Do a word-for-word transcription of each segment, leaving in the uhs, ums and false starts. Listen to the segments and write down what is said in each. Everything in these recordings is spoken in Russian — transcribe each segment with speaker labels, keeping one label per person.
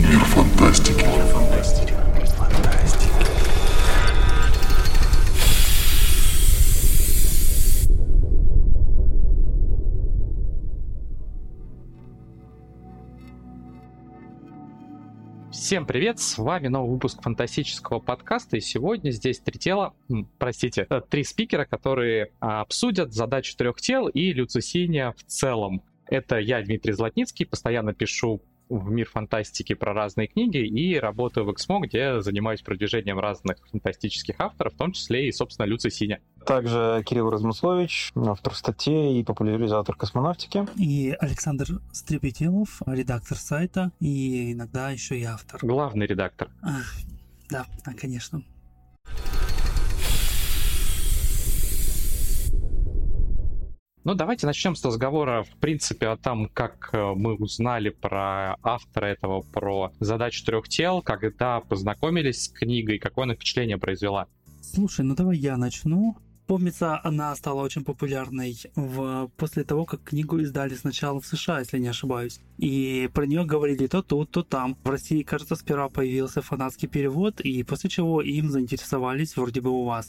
Speaker 1: Мир фантастики.
Speaker 2: Всем привет, с вами новый выпуск фантастического подкаста, и сегодня здесь три тела, простите, три спикера, которые обсудят задачу трех тел и люцисиния в целом. Это я, Дмитрий Златницкий, постоянно пишу в Мир фантастики про разные книги и работаю в Эксмо, где занимаюсь продвижением разных фантастических авторов, в том числе и, собственно, Люцисиня.
Speaker 3: Также Кирилл Размыслович, автор статей и популяризатор космонавтики.
Speaker 4: И Александр Стрепетелов, редактор сайта и иногда еще и автор.
Speaker 2: Главный редактор.
Speaker 4: А, да, конечно.
Speaker 2: Ну, давайте начнем с разговора, в принципе, о том, как мы узнали про автора этого, про задачу трех тел, когда познакомились с книгой, какое она впечатление произвела.
Speaker 4: Слушай, ну давай я начну. Помнится, она стала очень популярной в... после того, как книгу издали сначала в США, если не ошибаюсь. И про нее говорили то тут, то там. В России, кажется, сперва появился фанатский перевод, и после чего им заинтересовались вроде бы у вас.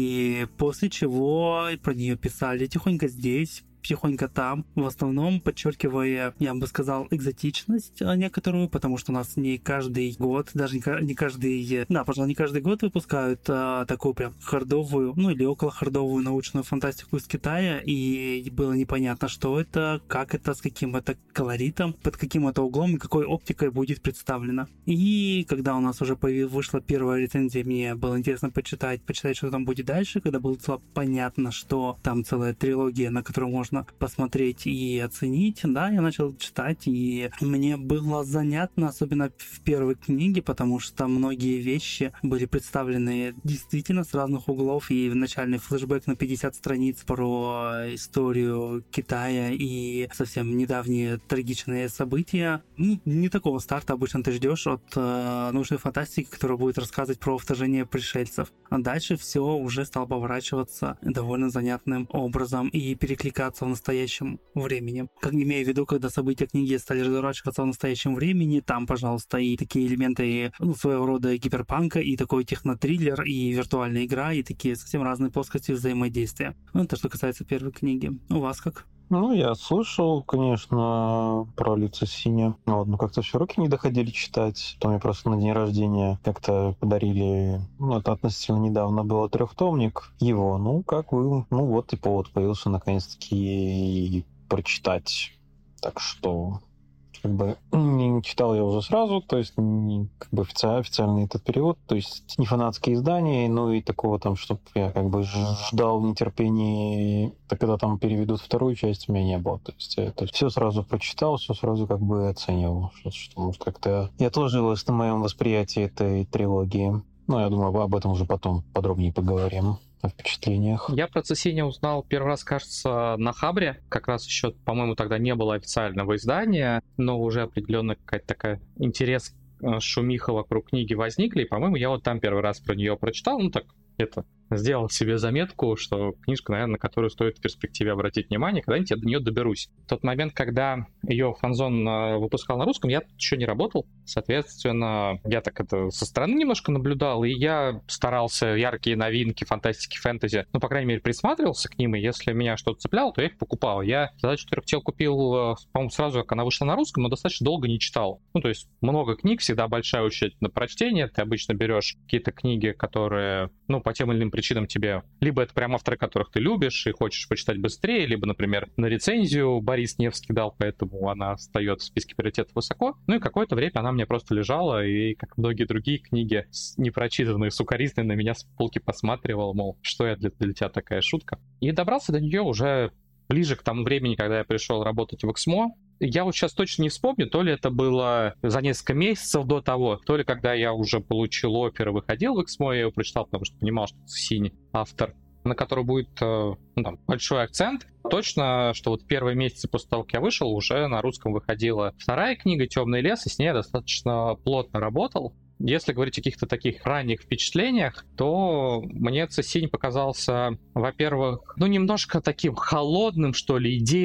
Speaker 4: И после чего про нее писали тихонько здесь, тихонько там, в основном подчеркивая, я бы сказал, экзотичность некоторую, потому что у нас не каждый год, даже не каждый, да, пожалуй, не каждый год выпускают а, такую прям хардовую, ну или около хардовую научную фантастику из Китая, и было непонятно, что это, как это, с каким это колоритом, под каким это углом и какой оптикой будет представлено. И когда у нас уже появ... вышла первая рецензия, мне было интересно почитать, почитать, что там будет дальше, когда было понятно, что там целая трилогия, на которую можно посмотреть и оценить, да, я начал читать, и мне было занятно, особенно в первой книге, потому что многие вещи были представлены действительно с разных углов, и начальный флешбэк на пятьдесят страниц про историю Китая и совсем недавние трагичные события. Ну, не такого старта обычно ты ждешь от э, научной фантастики, которая будет рассказывать про вторжение пришельцев. А дальше все уже стало поворачиваться довольно занятным образом и перекликаться в настоящем времени. Как имею в виду, когда события книги стали разворачиваться в настоящем времени, там, пожалуйста, и такие элементы, ну, своего рода гиперпанка, и такой технотриллер, и виртуальная игра, и такие совсем разные плоскости взаимодействия. Ну, это что касается первой книги. У вас как?
Speaker 3: Ну, я слышал, конечно, про Люцисинию. Вот, но как-то все руки не доходили читать. Потом мне просто на день рождения как-то подарили, ну, это относительно недавно было, трехтомник его. Ну, как вы, ну, вот и повод появился наконец-таки прочитать. Так что, как бы, не читал я уже сразу, то есть не, как бы офици- официальный этот перевод, то есть не фанатские издания, ну и такого там, чтобы я как бы ждал в нетерпении, когда там переведут вторую часть, у меня не было. То есть это все сразу прочитал, все сразу как бы оценивал, что, что может как-то и отложилось на моем восприятии этой трилогии. Ну, я думаю, об этом уже потом подробнее поговорим. О впечатлениях.
Speaker 2: Я про Цесиния узнал первый раз, кажется, на Хабре. Как раз еще, по-моему, тогда не было официального издания, но уже определенно какая-то такая интерес, шумиха вокруг книги возникли. И, по-моему, я вот там первый раз про нее прочитал. Ну так, это, сделал себе заметку, что книжка, наверное, на которую стоит в перспективе обратить внимание, когда-нибудь я до нее доберусь. В тот момент, когда ее Фанзон выпускал на русском, я еще не работал. Соответственно, я так это со стороны немножко наблюдал, и я старался яркие новинки фантастики, фэнтези, ну, по крайней мере, присматривался к ним, и если меня что-то цепляло, то я их покупал. Я задачу трех тел купил, по-моему, сразу, как она вышла на русском, но достаточно долго не читал. Ну, то есть много книг, всегда большая очередь на прочтение. Ты обычно берешь какие-то книги, которые, ну, по тем или иным причинам тебе... Либо это прям авторы, которых ты любишь и хочешь почитать быстрее, либо, например, на рецензию Борис Невский дал, поэтому она встает в списке приоритетов высоко. Ну и какое-то время она мне просто лежала, и, как многие другие книги, непрочитанные, сукоризные, на меня с полки посматривал, мол, что я для, для тебя такая шутка. И добрался до нее уже ближе к тому времени, когда я пришел работать в Эксмо. Я вот сейчас точно не вспомню, то ли это было за несколько месяцев до того, то ли когда я уже получил оффер и выходил в Эксмо, я его прочитал, потому что понимал, что это синий автор, на который будет, ну, там, большой акцент. Точно, что вот первые месяцы после того, как я вышел, уже на русском выходила вторая книга «Темный лес», и с ней я достаточно плотно работал. Если говорить о каких-то таких ранних впечатлениях, то мне Цесинь показался, во-первых, ну, немножко таким холодным, что ли, идейным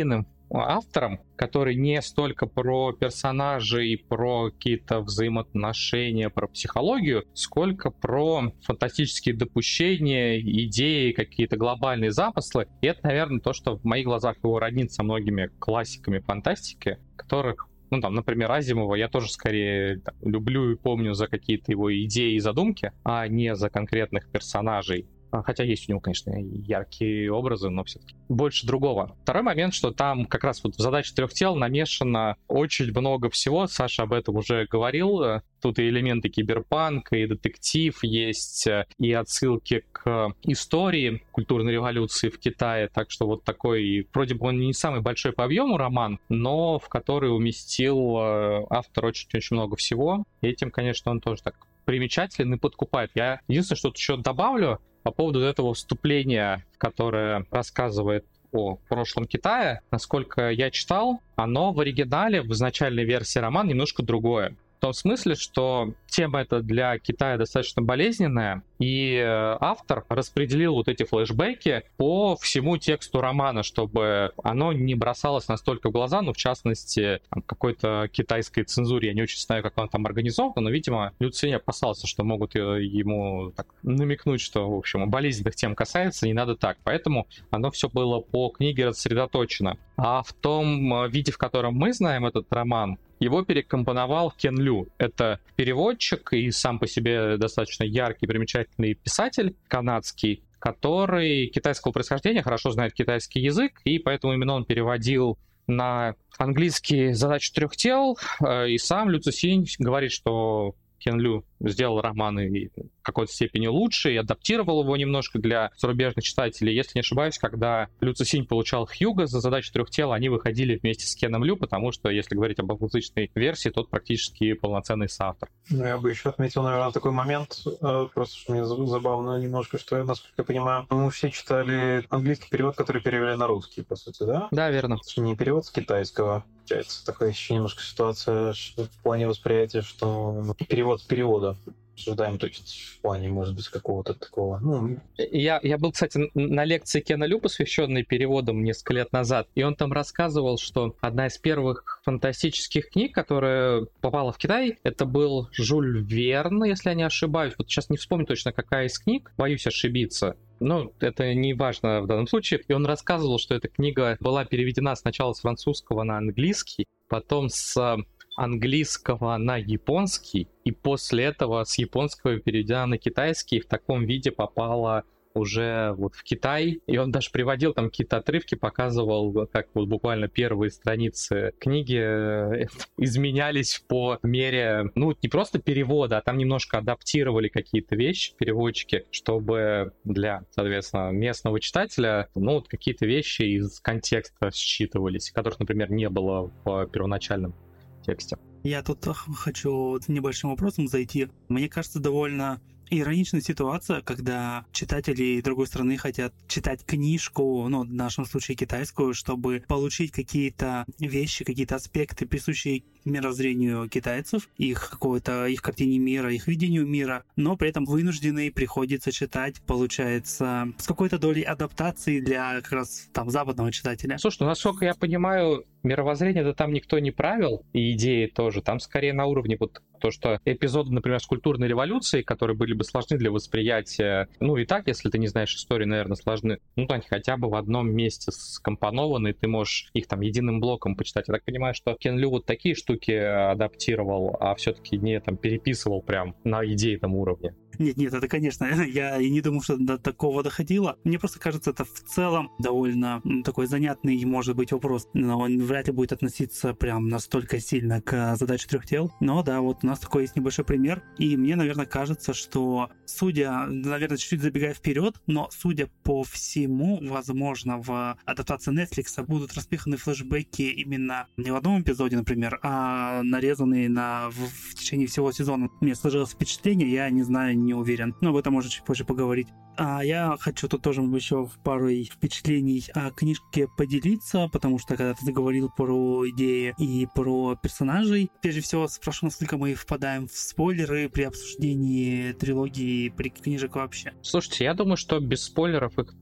Speaker 2: автором, который не столько про персонажей, про какие-то взаимоотношения, про психологию, сколько про фантастические допущения, идеи, какие-то глобальные замыслы. И это, наверное, то, что в моих глазах его роднит со многими классиками фантастики, которых, ну, там, например, Азимова я тоже скорее там, люблю и помню за какие-то его идеи и задумки, а не за конкретных персонажей. Хотя есть у него, конечно, яркие образы, но все-таки больше другого. Второй момент, что там как раз вот в задаче трех тел намешано очень много всего. Саша об этом уже говорил. Тут и элементы киберпанка, и детектив есть, и отсылки к истории культурной революции в Китае. Так что вот такой, вроде бы он не самый большой по объему роман, но в который уместил автор очень-очень много всего. И этим, конечно, он тоже так примечателен и подкупает. Я единственное, что тут еще добавлю, по поводу этого вступления, которое рассказывает о прошлом Китая, насколько я читал, оно в оригинале, в изначальной версии романа немножко другое. В том смысле, что тема эта для Китая достаточно болезненная, и автор распределил вот эти флешбеки по всему тексту романа, чтобы оно не бросалось настолько в глаза, ну, в частности, там, какой-то китайской цензуре. Я не очень знаю, как она там организована, но, видимо, Лю Цинь опасался, что могут ему так намекнуть, что, в общем, болезненных тем касается, не надо так. Поэтому оно все было по книге рассредоточено. А в том виде, в котором мы знаем этот роман, его перекомпоновал Кен Лю. Это переводчик и сам по себе достаточно яркий, примечательный писатель канадский, который китайского происхождения, хорошо знает китайский язык, и поэтому именно он переводил на английский «Задачу трех тел», и сам Лю Цзисинь говорит, что Кен Лю сделал романы в какой-то степени лучше и адаптировал его немножко для зарубежных читателей. Если не ошибаюсь, когда Лю Цзисинь получал Хьюго за «Задачу трех тел», они выходили вместе с Кеном Лю, потому что, если говорить об англоязычной версии, тот практически полноценный соавтор.
Speaker 3: Ну, я бы еще отметил, наверное, такой момент, просто что мне забавно немножко, что, насколько я понимаю, мы все читали английский перевод, который перевели на русский, по сути, да?
Speaker 2: Да, верно.
Speaker 3: Не перевод с китайского. Получается такая еще немножко ситуация в плане восприятия, что перевод перевода обсуждаем, то есть в плане, может быть, какого-то такого... Ну...
Speaker 2: Я, я был, кстати, на лекции Кена Лю, посвященной переводам несколько лет назад, и он там рассказывал, что одна из первых фантастических книг, которая попала в Китай, это был Жюль Верн, если я не ошибаюсь. Вот сейчас не вспомню точно, какая из книг, боюсь ошибиться. Ну, это не важно в данном случае. И он рассказывал, что эта книга была переведена сначала с французского на английский, потом с английского на японский, и после этого с японского переведена на китайский, и в таком виде попала уже вот в Китай. И он даже приводил там какие-то отрывки, показывал, как вот буквально первые страницы книги изменялись по мере, ну, не просто перевода, а там немножко адаптировали какие-то вещи, переводчики, чтобы для, соответственно, местного читателя, ну, вот какие-то вещи из контекста считывались, которых, например, не было в первоначальном тексте.
Speaker 4: Я тут хочу с небольшим вопросом зайти. Мне кажется, довольно ироничная ситуация, когда читатели другой страны хотят читать книжку, ну, в нашем случае китайскую, чтобы получить какие-то вещи, какие-то аспекты, присущие мировоззрению китайцев, их какой-то, их картине мира, их видению мира, но при этом вынуждены приходится читать, получается, с какой-то долей адаптации для как раз там западного читателя.
Speaker 2: Слушай, ну, насколько я понимаю, мировоззрение-то там никто не правил, и идеи тоже. Там скорее на уровне вот то, что эпизоды, например, с культурной революцией, которые были бы сложны для восприятия, ну и так, если ты не знаешь истории, наверное, сложны, ну, они хотя бы в одном месте скомпонованы, и ты можешь их там единым блоком почитать. Я так понимаю, что Кен Лю вот такие штуки адаптировал, а все-таки не там переписывал прям на идейном уровне.
Speaker 4: Нет, нет, это, конечно, я и не думаю, что до такого доходило. Мне просто кажется, это в целом довольно такой занятный, может быть, вопрос. Но он вряд ли будет относиться прям настолько сильно к задаче трех тел. Но да, вот у нас такой есть небольшой пример. И мне, наверное, кажется, что, судя, наверное, чуть-чуть забегая вперед, но судя по всему, возможно, в адаптации Netflix будут распиханы флешбеки именно не в одном эпизоде, например, а нарезанные на, в, в течение всего сезона. Мне сложилось впечатление, я не знаю, не уверен. Но об этом можно чуть позже поговорить. А я хочу тут тоже еще в пару впечатлений о книжке поделиться, потому что когда ты заговорил про идеи и про персонажей, прежде всего спрошу, насколько мы впадаем в спойлеры при обсуждении трилогии, при книжек вообще.
Speaker 2: Слушайте, я думаю, что без спойлеров их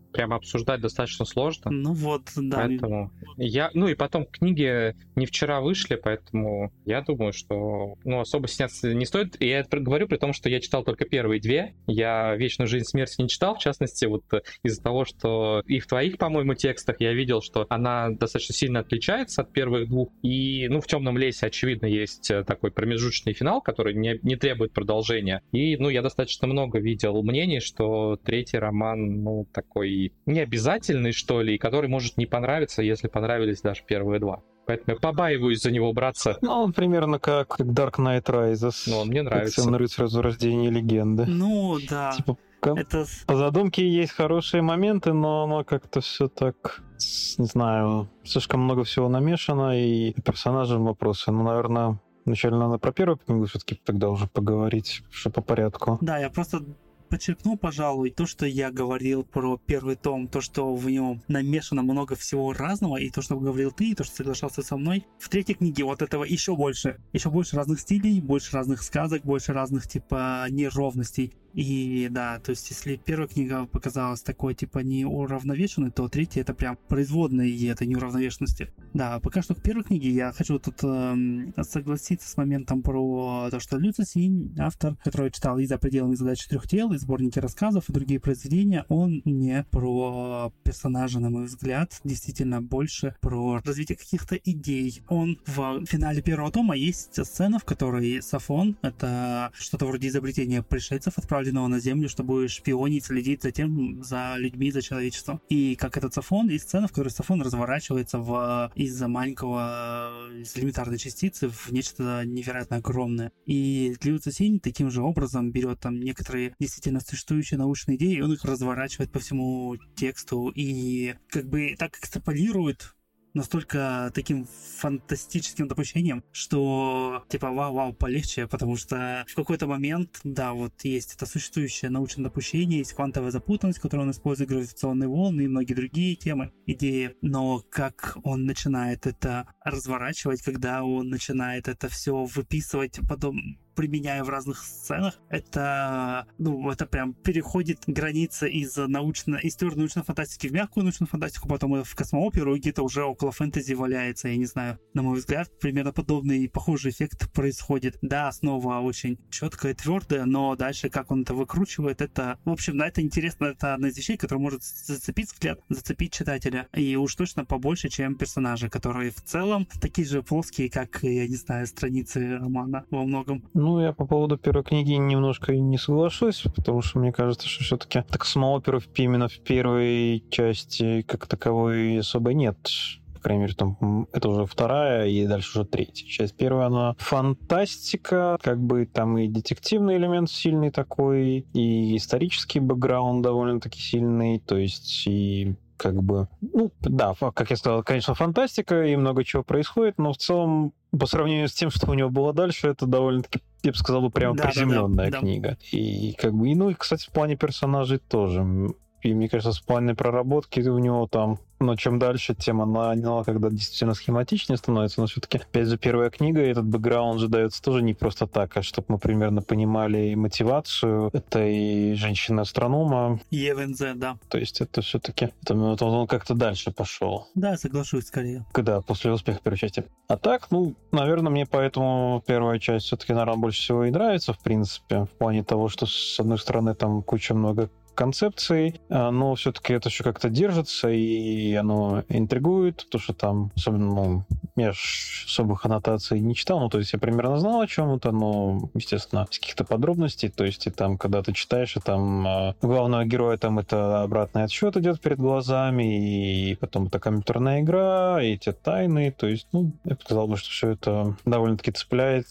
Speaker 2: прямо обсуждать достаточно сложно.
Speaker 4: Ну вот, да.
Speaker 2: Поэтому я... Ну и потом книги не вчера вышли, поэтому я думаю, что ну, особо сняться не стоит. И я это говорю при том, что я читал только первые две. Я «Вечную жизнь смерти» не читал, в частности, вот из-за того, что и в твоих, по-моему, текстах я видел, что она достаточно сильно отличается от первых двух. И, ну, в «Темном лесе», очевидно, есть такой промежуточный финал, который не, не требует продолжения. И, ну, я достаточно много видел мнений, что третий роман, ну, такой необязательный, что ли, и который может не понравиться, если понравились даже первые два. Поэтому я побаиваюсь за него браться.
Speaker 3: Ну, он примерно как Dark Knight Rises.
Speaker 2: Ну, он мне нравится.
Speaker 3: Темный рыцарь Возрождение легенды.
Speaker 4: Ну, да.
Speaker 3: Типа,
Speaker 4: это...
Speaker 3: по задумке есть хорошие моменты, но оно как-то все так, не знаю, слишком много всего намешано, и персонажам вопросы. Ну, наверное, вначале надо про первую книгу все-таки тогда уже поговорить, что по порядку.
Speaker 4: Да, я просто подчеркну, пожалуй, то, что я говорил про первый том, то, что в нем намешано много всего разного, и то, что говорил ты, и то, что соглашался со мной. В третьей книге вот этого еще больше. Еще больше разных стилей, больше разных сказок, больше разных, типа, неровностей. И да, то есть если первая книга показалась такой, типа, неуравновешенной, то третья — это прям производная этой неуравновешенности. Да, пока что к первой книге я хочу тут эм, согласиться с моментом про то, что Лю Цзинь, автор, который читал «И за пределами задач трех тел», и сборники рассказов, и другие произведения, он не про персонажа, на мой взгляд, действительно больше про развитие каких-то идей. Он в финале первого тома есть сцена, в которой Сафон, это что-то вроде изобретения пришельцев, отправленного на Землю, чтобы шпионить, следить за тем, за людьми, за человечеством. И как этот Сафон, и сцена, в которой Сафон разворачивается в, из-за маленького, из элементарной частицы в нечто невероятно огромное. И Лю Цзинь таким же образом берет там некоторые действительно существующие научные идеи, и он их разворачивает по всему тексту и как бы так экстраполирует настолько таким фантастическим допущением, что типа вау-вау, полегче, потому что в какой-то момент, да, вот есть это существующее научное допущение, есть квантовая запутанность, которую он использует, гравитационные волны и многие другие темы, идеи, но как он начинает это разворачивать, когда он начинает это все выписывать, потом применяя в разных сценах, это, ну, это прям переходит границы из научно, из теории научной фантастики в мягкую научную фантастику, потом и в космооперу, и где-то уже около фэнтези валяется, я не знаю. На мой взгляд, примерно подобный и похожий эффект происходит. Да, основа очень четкая и твердая, но дальше, как он это выкручивает, это, в общем, да, это интересно, это одна из вещей, которая может зацепить взгляд, зацепить читателя, и уж точно побольше, чем персонажи, которые в целом такие же плоские, как, я не знаю, страницы романа во многом.
Speaker 3: Ну, я по поводу первой книги немножко не соглашусь, потому что мне кажется, что все-таки так самооперы именно в первой части как таковой особо нет. По крайней мере, там это уже вторая, и дальше уже третья часть. Первая, она фантастика, как бы там и детективный элемент сильный такой, и исторический бэкграунд довольно-таки сильный, то есть и как бы, ну, да, как я сказал, конечно, фантастика, и много чего происходит, но в целом, по сравнению с тем, что у него было дальше, это довольно-таки, я бы сказал, прямо да, приземленная да, да, книга. Да. И как бы, и, ну, и, кстати, в плане персонажей тоже. И мне кажется, в плане проработки у него там, но чем дальше, тем она, она когда действительно схематичнее становится, но все-таки, опять же, первая книга, и этот бэкграунд же дается тоже не просто так, а чтобы мы примерно понимали мотивацию этой женщины-астронома.
Speaker 4: Евензе, да.
Speaker 3: То есть это все-таки, это, вот он как-то дальше пошел.
Speaker 4: Да, соглашусь скорее.
Speaker 3: Когда, после успеха первой части. А так, ну, наверное, мне поэтому первая часть все-таки, наверное, больше всего и нравится, в принципе, в плане того, что, с одной стороны, там куча много концепций, но все-таки это еще как-то держится, и оно интригует, потому что там, особенно, ну, я ж особых аннотаций не читал, ну, то есть я примерно знал о чем это, но, естественно, с каких-то подробностей, то есть и там, когда ты читаешь, и там э, главного героя там это обратный отсчет идет перед глазами, и потом это компьютерная игра, и эти тайны, то есть, ну, я бы сказал бы, что все это довольно-таки цепляет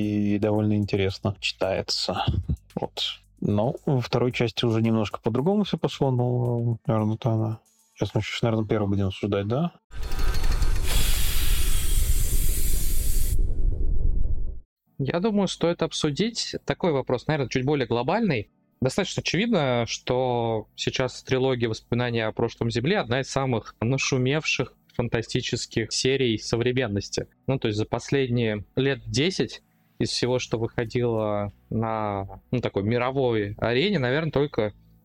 Speaker 3: и довольно интересно читается. Вот. Но во второй части уже немножко по-другому все пошло, но, наверное, это она. Сейчас мы еще, наверное, первую будем обсуждать, да?
Speaker 2: Я думаю, стоит обсудить такой вопрос, наверное, чуть более глобальный. Достаточно очевидно, что сейчас трилогия «Воспоминания о прошлом Земле» одна из самых нашумевших фантастических серий современности. Ну, то есть за последние лет десять из всего, что выходило на, ну, такой мировой арене, наверное, только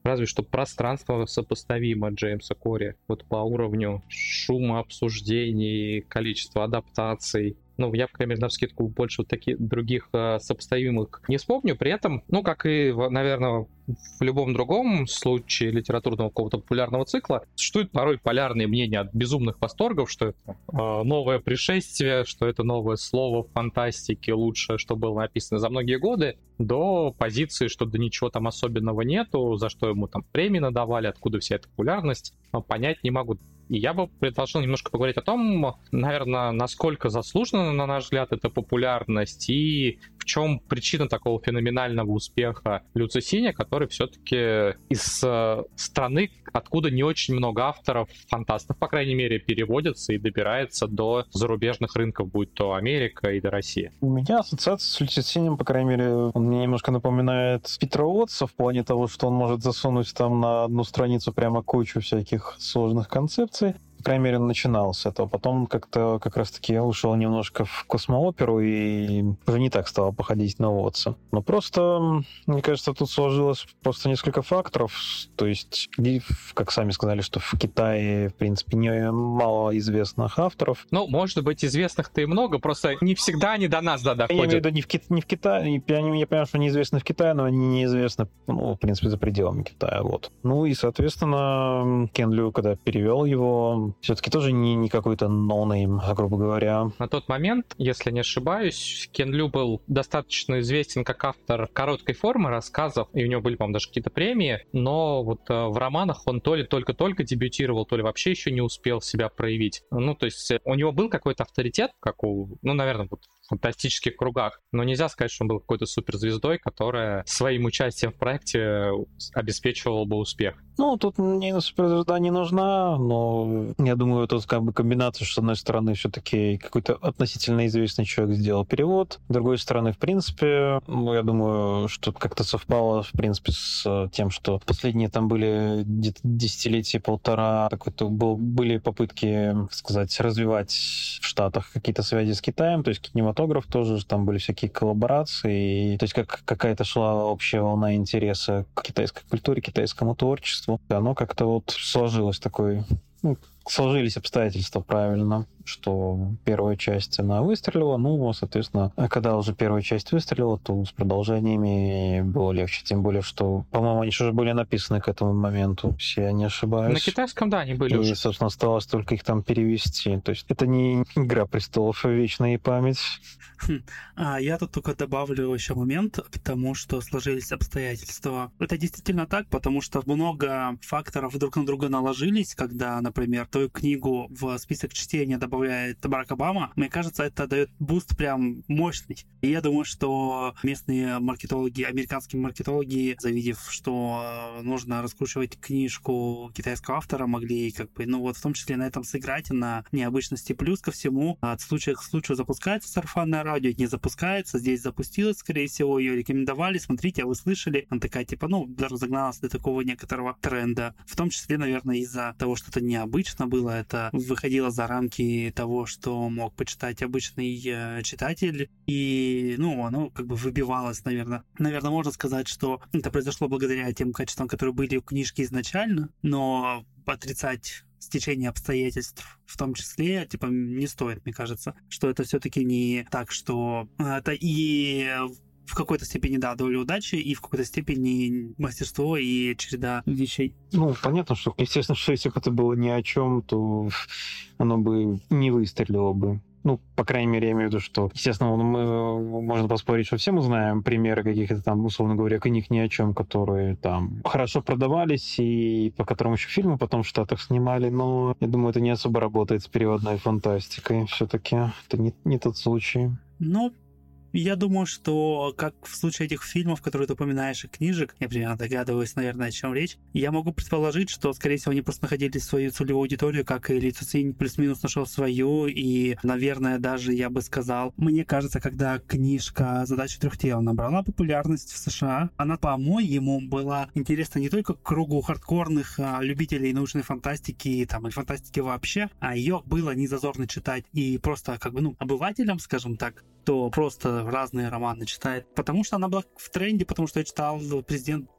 Speaker 2: разве что «Пространство» сопоставимо Джеймса Кори вот по уровню шума, обсуждений, количества адаптаций. Ну, я, по крайней мере, навскидку больше вот таких других э, сопоставимых не вспомню. При этом, ну, как и, наверное, в любом другом случае литературного какого-то популярного цикла, существуют порой полярные мнения от безумных восторгов, что это э, новое пришествие, что это новое слово в фантастике, лучшее, что было написано за многие годы, до позиции, что да ничего там особенного нету, за что ему там премии надавали, откуда вся эта популярность, понять не могу. И я бы предложил немножко поговорить о том, наверное, насколько заслужена, на наш взгляд, эта популярность и в чем причина такого феноменального успеха Люци Синя, который все-таки из э, страны, откуда не очень много авторов, фантастов, по крайней мере, переводится и добирается до зарубежных рынков, будь то Америка и до России.
Speaker 3: У меня ассоциация с Люци Синем, по крайней мере, он мне немножко напоминает Питера Уотса в плане того, что он может засунуть там на одну страницу прямо кучу всяких сложных концепций. По крайней мере, он начинал с этого. Потом как-то как раз-таки ушел немножко в космооперу и уже не так стало походить на Уотса. Но просто, мне кажется, тут сложилось просто несколько факторов. То есть, как сами сказали, что в Китае, в принципе, не мало известных авторов.
Speaker 2: Ну, может быть, известных-то и много, просто не всегда они до нас да, доходят.
Speaker 3: Я имею в виду не в, Ки- не в Китае. Я, я понимаю, что они известны в Китае, но они неизвестны, ну, в принципе, за пределами Китая. Вот. Ну и, соответственно, Кен Лю, когда перевел его, все-таки тоже не, не какой-то ноунейм, грубо говоря.
Speaker 2: На тот момент, если не ошибаюсь, Кен Лю был достаточно известен как автор короткой формы рассказов, и у него были, по-моему, даже какие-то премии, но вот э, в романах он то ли только-только дебютировал, то ли вообще еще не успел себя проявить. Ну, то есть у него был какой-то авторитет, как у, ну, наверное, вот в фантастических кругах, но нельзя сказать, что он был какой-то суперзвездой, которая своим участием в проекте обеспечивала бы успех.
Speaker 3: Ну, тут мне суперзвезда не нужна, но я думаю, тут как бы комбинация, что с одной стороны все-таки какой-то относительно известный человек сделал перевод, с другой стороны, в принципе, ну, я думаю, что как-то совпало, в принципе, с тем, что последние там были где-то десятилетия полтора, какой-то был, были попытки, так сказать, развивать в Штатах какие-то связи с Китаем, то есть кинематограф тоже, там были всякие коллаборации, и, то есть как какая-то шла общая волна интереса к китайской культуре, китайскому творчеству. Оно как-то вот сложилось такой... Ну, сложились обстоятельства правильно, что первая часть, она выстрелила, ну, соответственно, когда уже первая часть выстрелила, то с продолжениями было легче, тем более, что, по-моему, они уже были написаны к этому моменту, если я не ошибаюсь.
Speaker 2: На китайском, да, они были
Speaker 3: и,
Speaker 2: уже.
Speaker 3: собственно, осталось только их там перевести. То есть это не «Игра престолов», вечная память.
Speaker 4: А я тут только добавлю еще момент к тому, что сложились обстоятельства. Это действительно так, потому что много факторов друг на друга наложились, когда, например, твою книгу в список чтения добавляет Барак Обама. Мне кажется, это дает буст прям мощный. И я думаю, что местные маркетологи, американские маркетологи, завидев, что нужно раскручивать книжку китайского автора, могли как бы, ну вот в том числе на этом сыграть, на необычности. Плюс ко всему, от случая к случаю запускается сарафанное радио, не запускается, здесь запустилось, скорее всего, ее рекомендовали, смотрите, а вы слышали, она такая, типа, ну, разогналась до такого некоторого тренда, в том числе, наверное, из-за того, что это необычно было, это выходило за рамки того, что мог почитать обычный э, читатель, и, ну, оно как бы выбивалось, наверное. Наверное, можно сказать, что это произошло благодаря тем качествам, которые были у книжки изначально, но отрицать стечение обстоятельств в том числе, типа, не стоит, мне кажется, что это все-таки не так, что это и в какой-то степени, да, доля удачи, и в какой-то степени мастерство и череда вещей.
Speaker 3: Ну, понятно, что, естественно, что если бы это было ни о чем, то оно бы не выстрелило бы. Ну, по крайней мере, я имею в виду, что, естественно, мы, можно поспорить, что все мы знаем примеры каких-то там, условно говоря, книг ни о чем, которые там хорошо продавались и по которым еще фильмы потом в Штатах снимали, но я думаю, это не особо работает с переводной фантастикой. Все-таки это не, не тот случай.
Speaker 4: Ну, я думаю, что, как в случае этих фильмов, которые ты упоминаешь, и книжек, я примерно догадываюсь, наверное, о чем речь, я могу предположить, что, скорее всего, они просто находили свою целевую аудиторию, как и Ли Цзинь плюс-минус нашел свою, и, наверное, даже я бы сказал, мне кажется, когда книжка «Задача трех тел» набрала популярность в США, она, по-моему, была интересна не только кругу хардкорных а, любителей научной фантастики, там, или фантастики вообще, а ее было незазорно читать и просто, как бы, ну, обывателям, скажем так, кто просто разные романы читает. Потому что она была в тренде, потому что я читал «Президент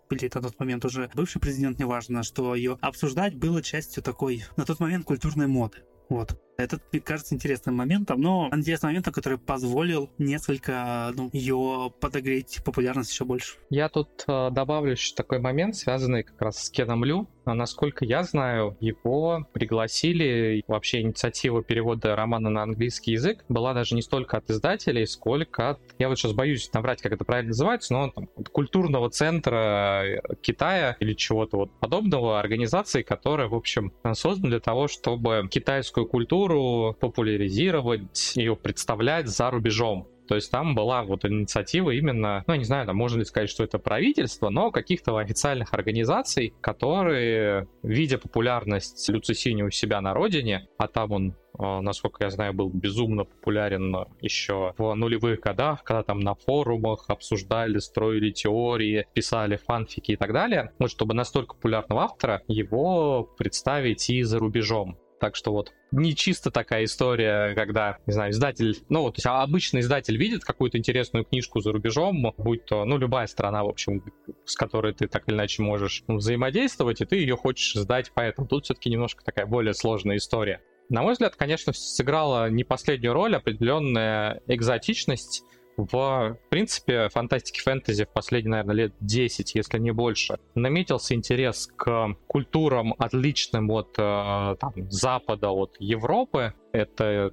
Speaker 4: или на тот момент уже бывший президент, неважно, что ее обсуждать было частью такой, на тот момент, культурной моды. Вот. Это, мне кажется, интересным моментом, но интересным моментом, который позволил несколько, ну, ее подогреть популярность еще больше.
Speaker 2: Я тут э, добавлю еще такой момент, связанный как раз с Кеном Лю. А насколько я знаю, его пригласили, вообще инициатива перевода романа на английский язык была даже не столько от издателей, сколько от, я вот сейчас боюсь наврать, как это правильно называется, но там, от культурного центра Китая или чего-то вот подобного, организации, которая, в общем, создана для того, чтобы китайскую культуру популяризировать, ее представлять за рубежом. То есть там была вот инициатива именно, ну, я не знаю, там можно ли сказать, что это правительство, но каких-то официальных организаций, которые, видя популярность Лю Цисиня у себя на родине, а там он, насколько я знаю, был безумно популярен еще в нулевых годах, когда там на форумах обсуждали, строили теории, писали фанфики и так далее, вот чтобы настолько популярного автора его представить и за рубежом. Так что вот не чисто такая история, когда, не знаю, издатель, ну вот, то есть обычный издатель видит какую-то интересную книжку за рубежом, будь то, ну, любая страна, в общем, с которой ты так или иначе можешь, ну, взаимодействовать, и ты ее хочешь издать, поэтому тут все-таки немножко такая более сложная история. На мой взгляд, конечно, сыграла не последнюю роль определенная экзотичность в, в принципе, фантастике фэнтези в последние, наверное, лет десять, если не больше. Наметился интерес к культурам, отличным от э, там, Запада, от Европы. Это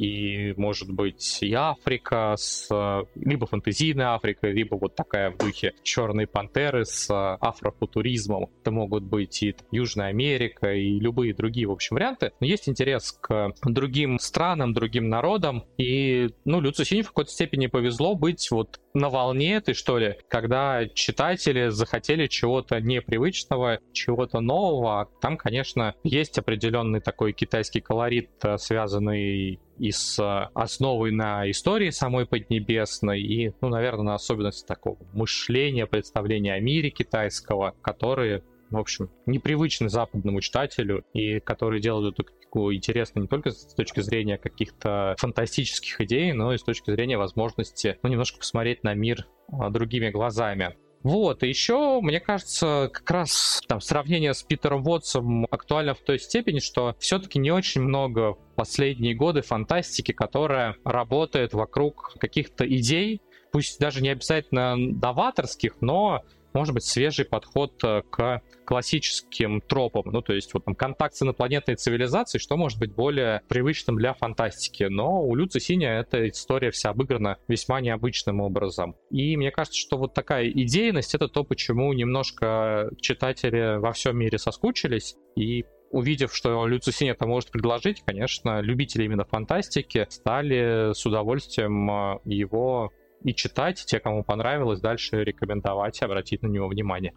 Speaker 2: и, может быть, и Африка, с либо фэнтезийная Африка, либо вот такая в духе Черной пантеры с афрофутуризмом. Это могут быть и Южная Америка, и любые другие, в общем, варианты. Но есть интерес к другим странам, другим народам. И, ну, Лю Цисиню в какой-то степени повезло быть вот на волне этой, что ли, когда читатели захотели чего-то непривычного, чего-то нового. Там, конечно, есть определенный такой китайский колорит, связанный и с основой на истории самой Поднебесной, и, ну, наверное, на особенности такого мышления, представления о мире китайского, которые, в общем, непривычны западному читателю, и которые делают эту книгу интересной не только с точки зрения каких-то фантастических идей, но и с точки зрения возможности, ну, немножко посмотреть на мир другими глазами. Вот, и еще, мне кажется, как раз там сравнение с Питером Вотсом актуально в той степени, что все-таки не очень много в последние годы фантастики, которая работает вокруг каких-то идей, пусть даже не обязательно новаторских, но, может быть, свежий подход к классическим тропам. Ну, то есть вот там контакт с инопланетной цивилизацией, что может быть более привычным для фантастики. Но у Лю Цисиня эта история вся обыграна весьма необычным образом. И мне кажется, что вот такая идейность — это то, почему немножко читатели во всем мире соскучились. И увидев, что Лю Цисинь это может предложить, конечно, любители именно фантастики стали с удовольствием его и читать, те, кому понравилось, дальше рекомендовать, обратить на него внимание.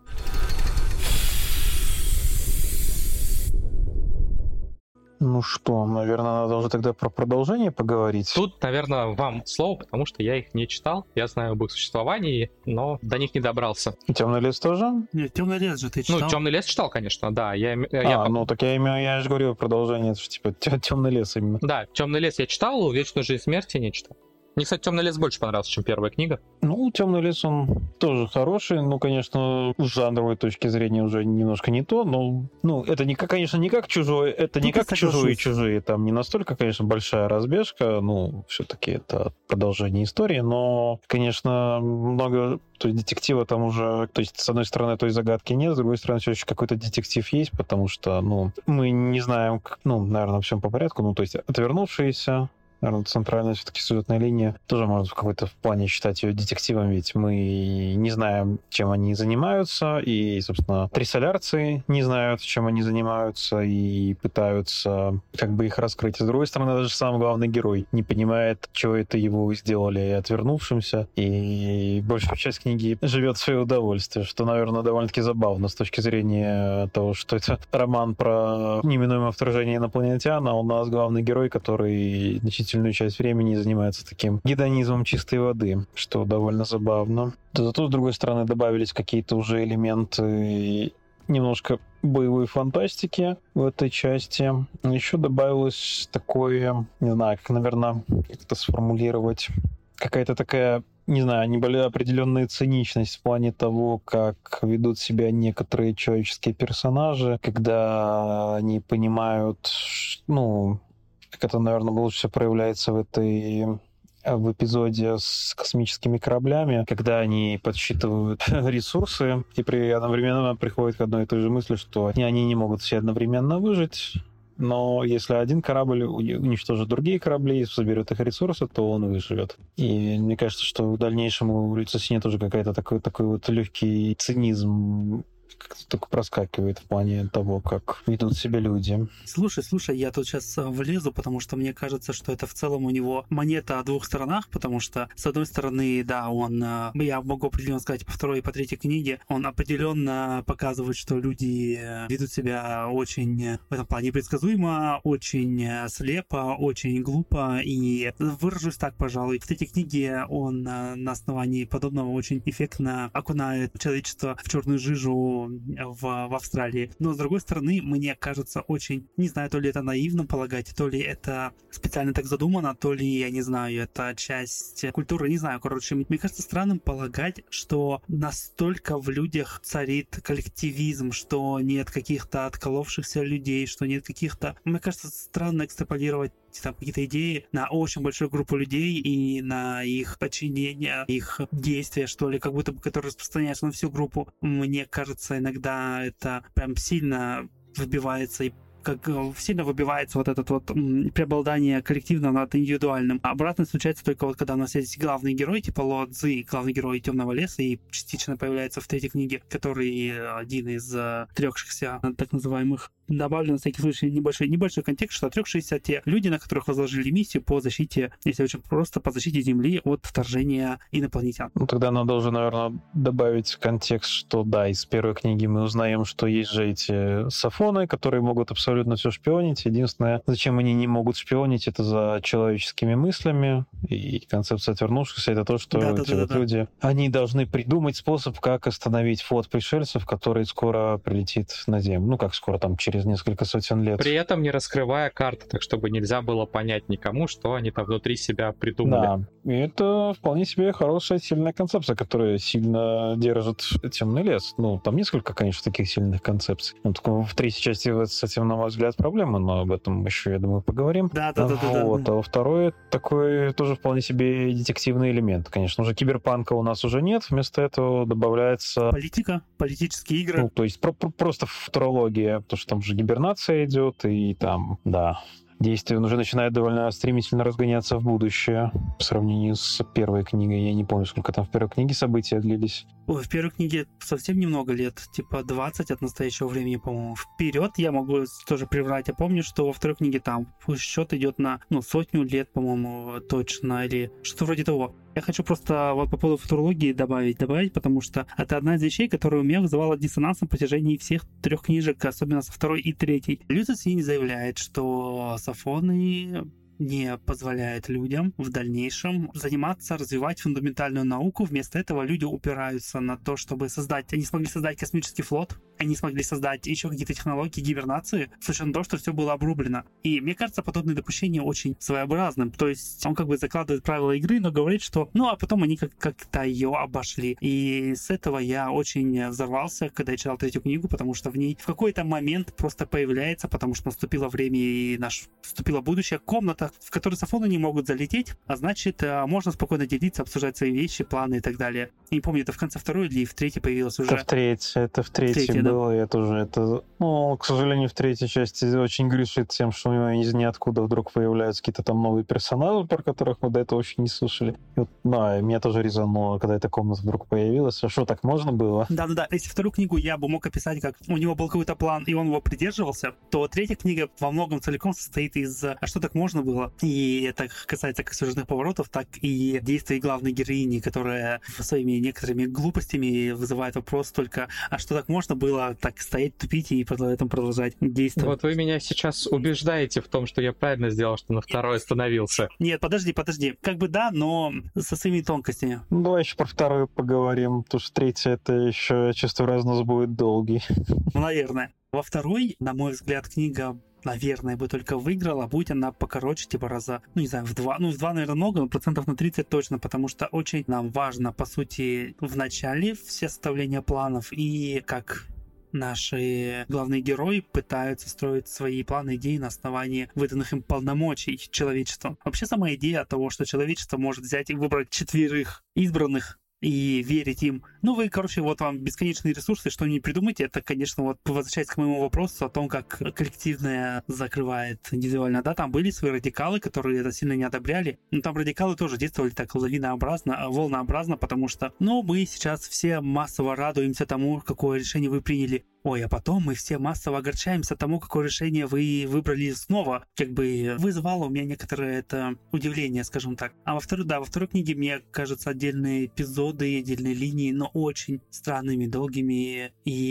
Speaker 3: Ну что, наверное, надо уже тогда про продолжение поговорить.
Speaker 2: Тут, наверное, вам слово, потому что я их не читал. Я знаю об их существовании, но до них не добрался.
Speaker 3: Темный лес тоже?
Speaker 4: Нет, Темный лес же ты читал.
Speaker 2: Ну, Темный лес читал, конечно, да. Я,
Speaker 3: а,
Speaker 2: я...
Speaker 3: ну так я, я же говорю продолжение, это же типа Темный лес именно.
Speaker 2: Да, Темный лес я читал, Вечную жизнь смерти не читал. Мне, кстати, Темный лес больше понравился, чем первая книга.
Speaker 3: Ну, Темный лес, он тоже хороший. Ну, конечно, с жанровой точки зрения уже немножко не то. Но, ну, это, не, конечно, не как чужой, это не как чужие и чужие. Там не настолько, конечно, большая разбежка. Ну, все-таки это продолжение истории. Но, конечно, много... То есть детектива там уже... То есть, с одной стороны, той загадки нет, с другой стороны, все еще какой-то детектив есть, потому что, ну, мы не знаем... Ну, наверное, всем по порядку. Ну, то есть, отвернувшиеся... Наверное, центральная все-таки сюжетная линия. Тоже можно в какой-то плане считать ее детективом, ведь мы не знаем, чем они занимаются, и, собственно, трисолярцы не знают, чем они занимаются, и пытаются как бы их раскрыть. С другой стороны, даже сам главный герой не понимает, чего это его сделали отвернувшимся, и большая часть книги живет в свое удовольствие, что, наверное, довольно-таки забавно с точки зрения того, что это роман про неминуемое вторжение инопланетян, а у нас главный герой, который значительно часть времени занимается таким гедонизмом чистой воды, что довольно забавно. Зато, с другой стороны, добавились какие-то уже элементы немножко боевой фантастики в этой части. Еще добавилось такое, не знаю, как, наверное, как это сформулировать, какая-то такая не знаю, небольшая определенная циничность в плане того, как ведут себя некоторые человеческие персонажи, когда они понимают, ну, как это, наверное, лучше всего проявляется в этой в эпизоде с космическими кораблями, когда они подсчитывают ресурсы и при одновременно приходят к одной и той же мысли, что они не могут все одновременно выжить, но если один корабль уничтожит другие корабли и заберет их ресурсы, то он выживет. И мне кажется, что в дальнейшем у Лица Синя тоже какой-то такой, такой вот легкий цинизм как-то только проскакивает в плане того, как ведут себя люди.
Speaker 4: Слушай, слушай, я тут сейчас влезу, потому что мне кажется, что это в целом у него монета о двух сторонах, потому что, с одной стороны, да, он, я могу определенно сказать, по второй и по третьей книге, он определенно показывает, что люди ведут себя очень в этом плане предсказуемо, очень слепо, очень глупо, и выражусь так, пожалуй, в третьей книге он на основании подобного очень эффектно окунает человечество в черную жижу В, в Австралии. Но, с другой стороны, мне кажется очень... Не знаю, то ли это наивно полагать, то ли это специально так задумано, то ли, я не знаю, это часть культуры, не знаю, короче. Мне кажется странным полагать, что настолько в людях царит коллективизм, что нет каких-то отколовшихся людей, что нет каких-то... Мне кажется, странно экстраполировать там какие-то идеи на очень большую группу людей и на их подчинение, их действия, что ли, как будто бы, которые распространяются на всю группу. Мне кажется, иногда это прям сильно выбивается и как сильно выбивается вот это вот преобладание коллективного над индивидуальным. А обратно случается только вот когда у нас есть главный герой, типа Ло Цзи, главный герой Темного леса, и частично появляется в третьей книге, который один из отрекшихся так называемых. Добавлю на всякий случай небольшой, небольшой контекст, что отрекшиеся те люди, на которых возложили миссию по защите, если очень просто, по защите Земли от вторжения инопланетян.
Speaker 3: Ну, тогда надо уже, наверное, добавить контекст, что да, из первой книги мы узнаем, что есть же эти сафоны, которые могут абсолютно все шпионить. Единственное, зачем они не могут шпионить, это за человеческими мыслями. И концепция отвернувшихся — это то, что
Speaker 4: да,
Speaker 3: эти
Speaker 4: да, да,
Speaker 3: вот
Speaker 4: да.
Speaker 3: люди, они должны придумать способ, как остановить флот пришельцев, который скоро прилетит на Землю. Ну, как скоро, там, через через несколько сотен лет.
Speaker 2: При этом не раскрывая карты, так чтобы нельзя было понять никому, что они там внутри себя придумали.
Speaker 3: Да, и это вполне себе хорошая, сильная концепция, которая сильно держит Темный лес. Ну, там несколько, конечно, таких сильных концепций. Вот в третьей части с этим, на мой взгляд, проблемы, но об этом еще, я думаю, поговорим.
Speaker 4: Да, да, да, да.
Speaker 3: Вот.
Speaker 4: да.
Speaker 3: А во второй такой тоже вполне себе детективный элемент. Конечно, уже киберпанка у нас уже нет, вместо этого добавляется...
Speaker 4: Политика, политические игры.
Speaker 3: Ну, то есть про- про- просто футурология, потому что там же гибернация идет, и там, да, действие уже начинает довольно стремительно разгоняться в будущее в сравнении с первой книгой. Я не помню, сколько там в первой книге события длились.
Speaker 4: Ой, в первой книге совсем немного лет, типа двадцать от настоящего времени, по-моему. Вперед я могу тоже приврать. Я помню, что во второй книге там счет идет на, ну, сотню лет, по-моему, точно, или что-то вроде того. Я хочу просто вот по поводу футурологии добавить, добавить, потому что это одна из вещей, которая у меня вызывала диссонанс на протяжении всех трех книжек, особенно со второй и третьей. Люци Синь заявляет, что сафоны не позволяет людям в дальнейшем заниматься, развивать фундаментальную науку. Вместо этого люди упираются на то, чтобы создать... Они смогли создать космический флот, они смогли создать еще какие-то технологии гибернации, с учетом того, что все было обрублено. И мне кажется, подобное допущение очень своеобразным. То есть он как бы закладывает правила игры, но говорит, что... Ну, а потом они как- как-то ее обошли. И с этого я очень взорвался, когда я читал третью книгу, потому что в ней в какой-то момент просто появляется, потому что наступило время и наш... наступило будущее, комната, в которой сафоны не могут залететь, а значит, можно спокойно делиться, обсуждать свои вещи, планы и так далее. Я не помню, это в конце второй или в третьей появилось уже?
Speaker 3: Это в третьей, это в третьей
Speaker 4: Третья,
Speaker 3: было, да? Я тоже это... Ну, к сожалению, в третьей части очень грешит тем, что у него из ниоткуда вдруг появляются какие-то там новые персонажи, про которых мы до этого вообще не слышали. И вот, да, меня тоже резануло, когда эта комната вдруг появилась. А что, так можно было?
Speaker 4: Да-да-да, если вторую книгу я бы мог описать, как у него был какой-то план, и он его придерживался, то третья книга во многом целиком состоит из «а что так можно было?». И это касается как сюжетных поворотов, так и действий главной героини, которая своими некоторыми глупостями вызывает вопрос только «а что так можно было так стоять, тупить и на этом продолжать действовать?».
Speaker 2: Вот вы меня сейчас убеждаете в том, что я правильно сделал, что на второй остановился.
Speaker 4: Нет, подожди, подожди. Как бы да, но со своими тонкостями.
Speaker 3: Ну, давай еще про вторую поговорим, потому что третья это еще, чувствую, разнос будет долгий.
Speaker 4: Ну, наверное. Во второй, на мой взгляд, книга наверное, бы только выиграла, будь она покороче, типа раза, ну не знаю, в два, ну в два, наверное, много, но процентов на тридцать точно, потому что очень нам важно, по сути, в начале все составления планов и как наши главные герои пытаются строить свои планы, идеи на основании выданных им полномочий человечеством. Вообще сама идея того, что человечество может взять и выбрать четверых избранных и верить им. Ну, вы, короче, вот вам бесконечные ресурсы, что не придумайте. Это, конечно, вот возвращаясь к моему вопросу о том, как коллективное закрывает индивидуально. Да, там были свои радикалы, которые это сильно не одобряли. Но там радикалы тоже действовали так лавинообразно, волнообразно, потому что, ну, мы сейчас все массово радуемся тому, какое решение вы приняли. Ой, а потом мы все массово огорчаемся тому, какое решение вы выбрали снова. Как бы вызвало у меня некоторое это удивление, скажем так. А во второй, да, во второй книге, мне кажется, отдельные эпизоды, отдельные линии, но очень странными, долгими.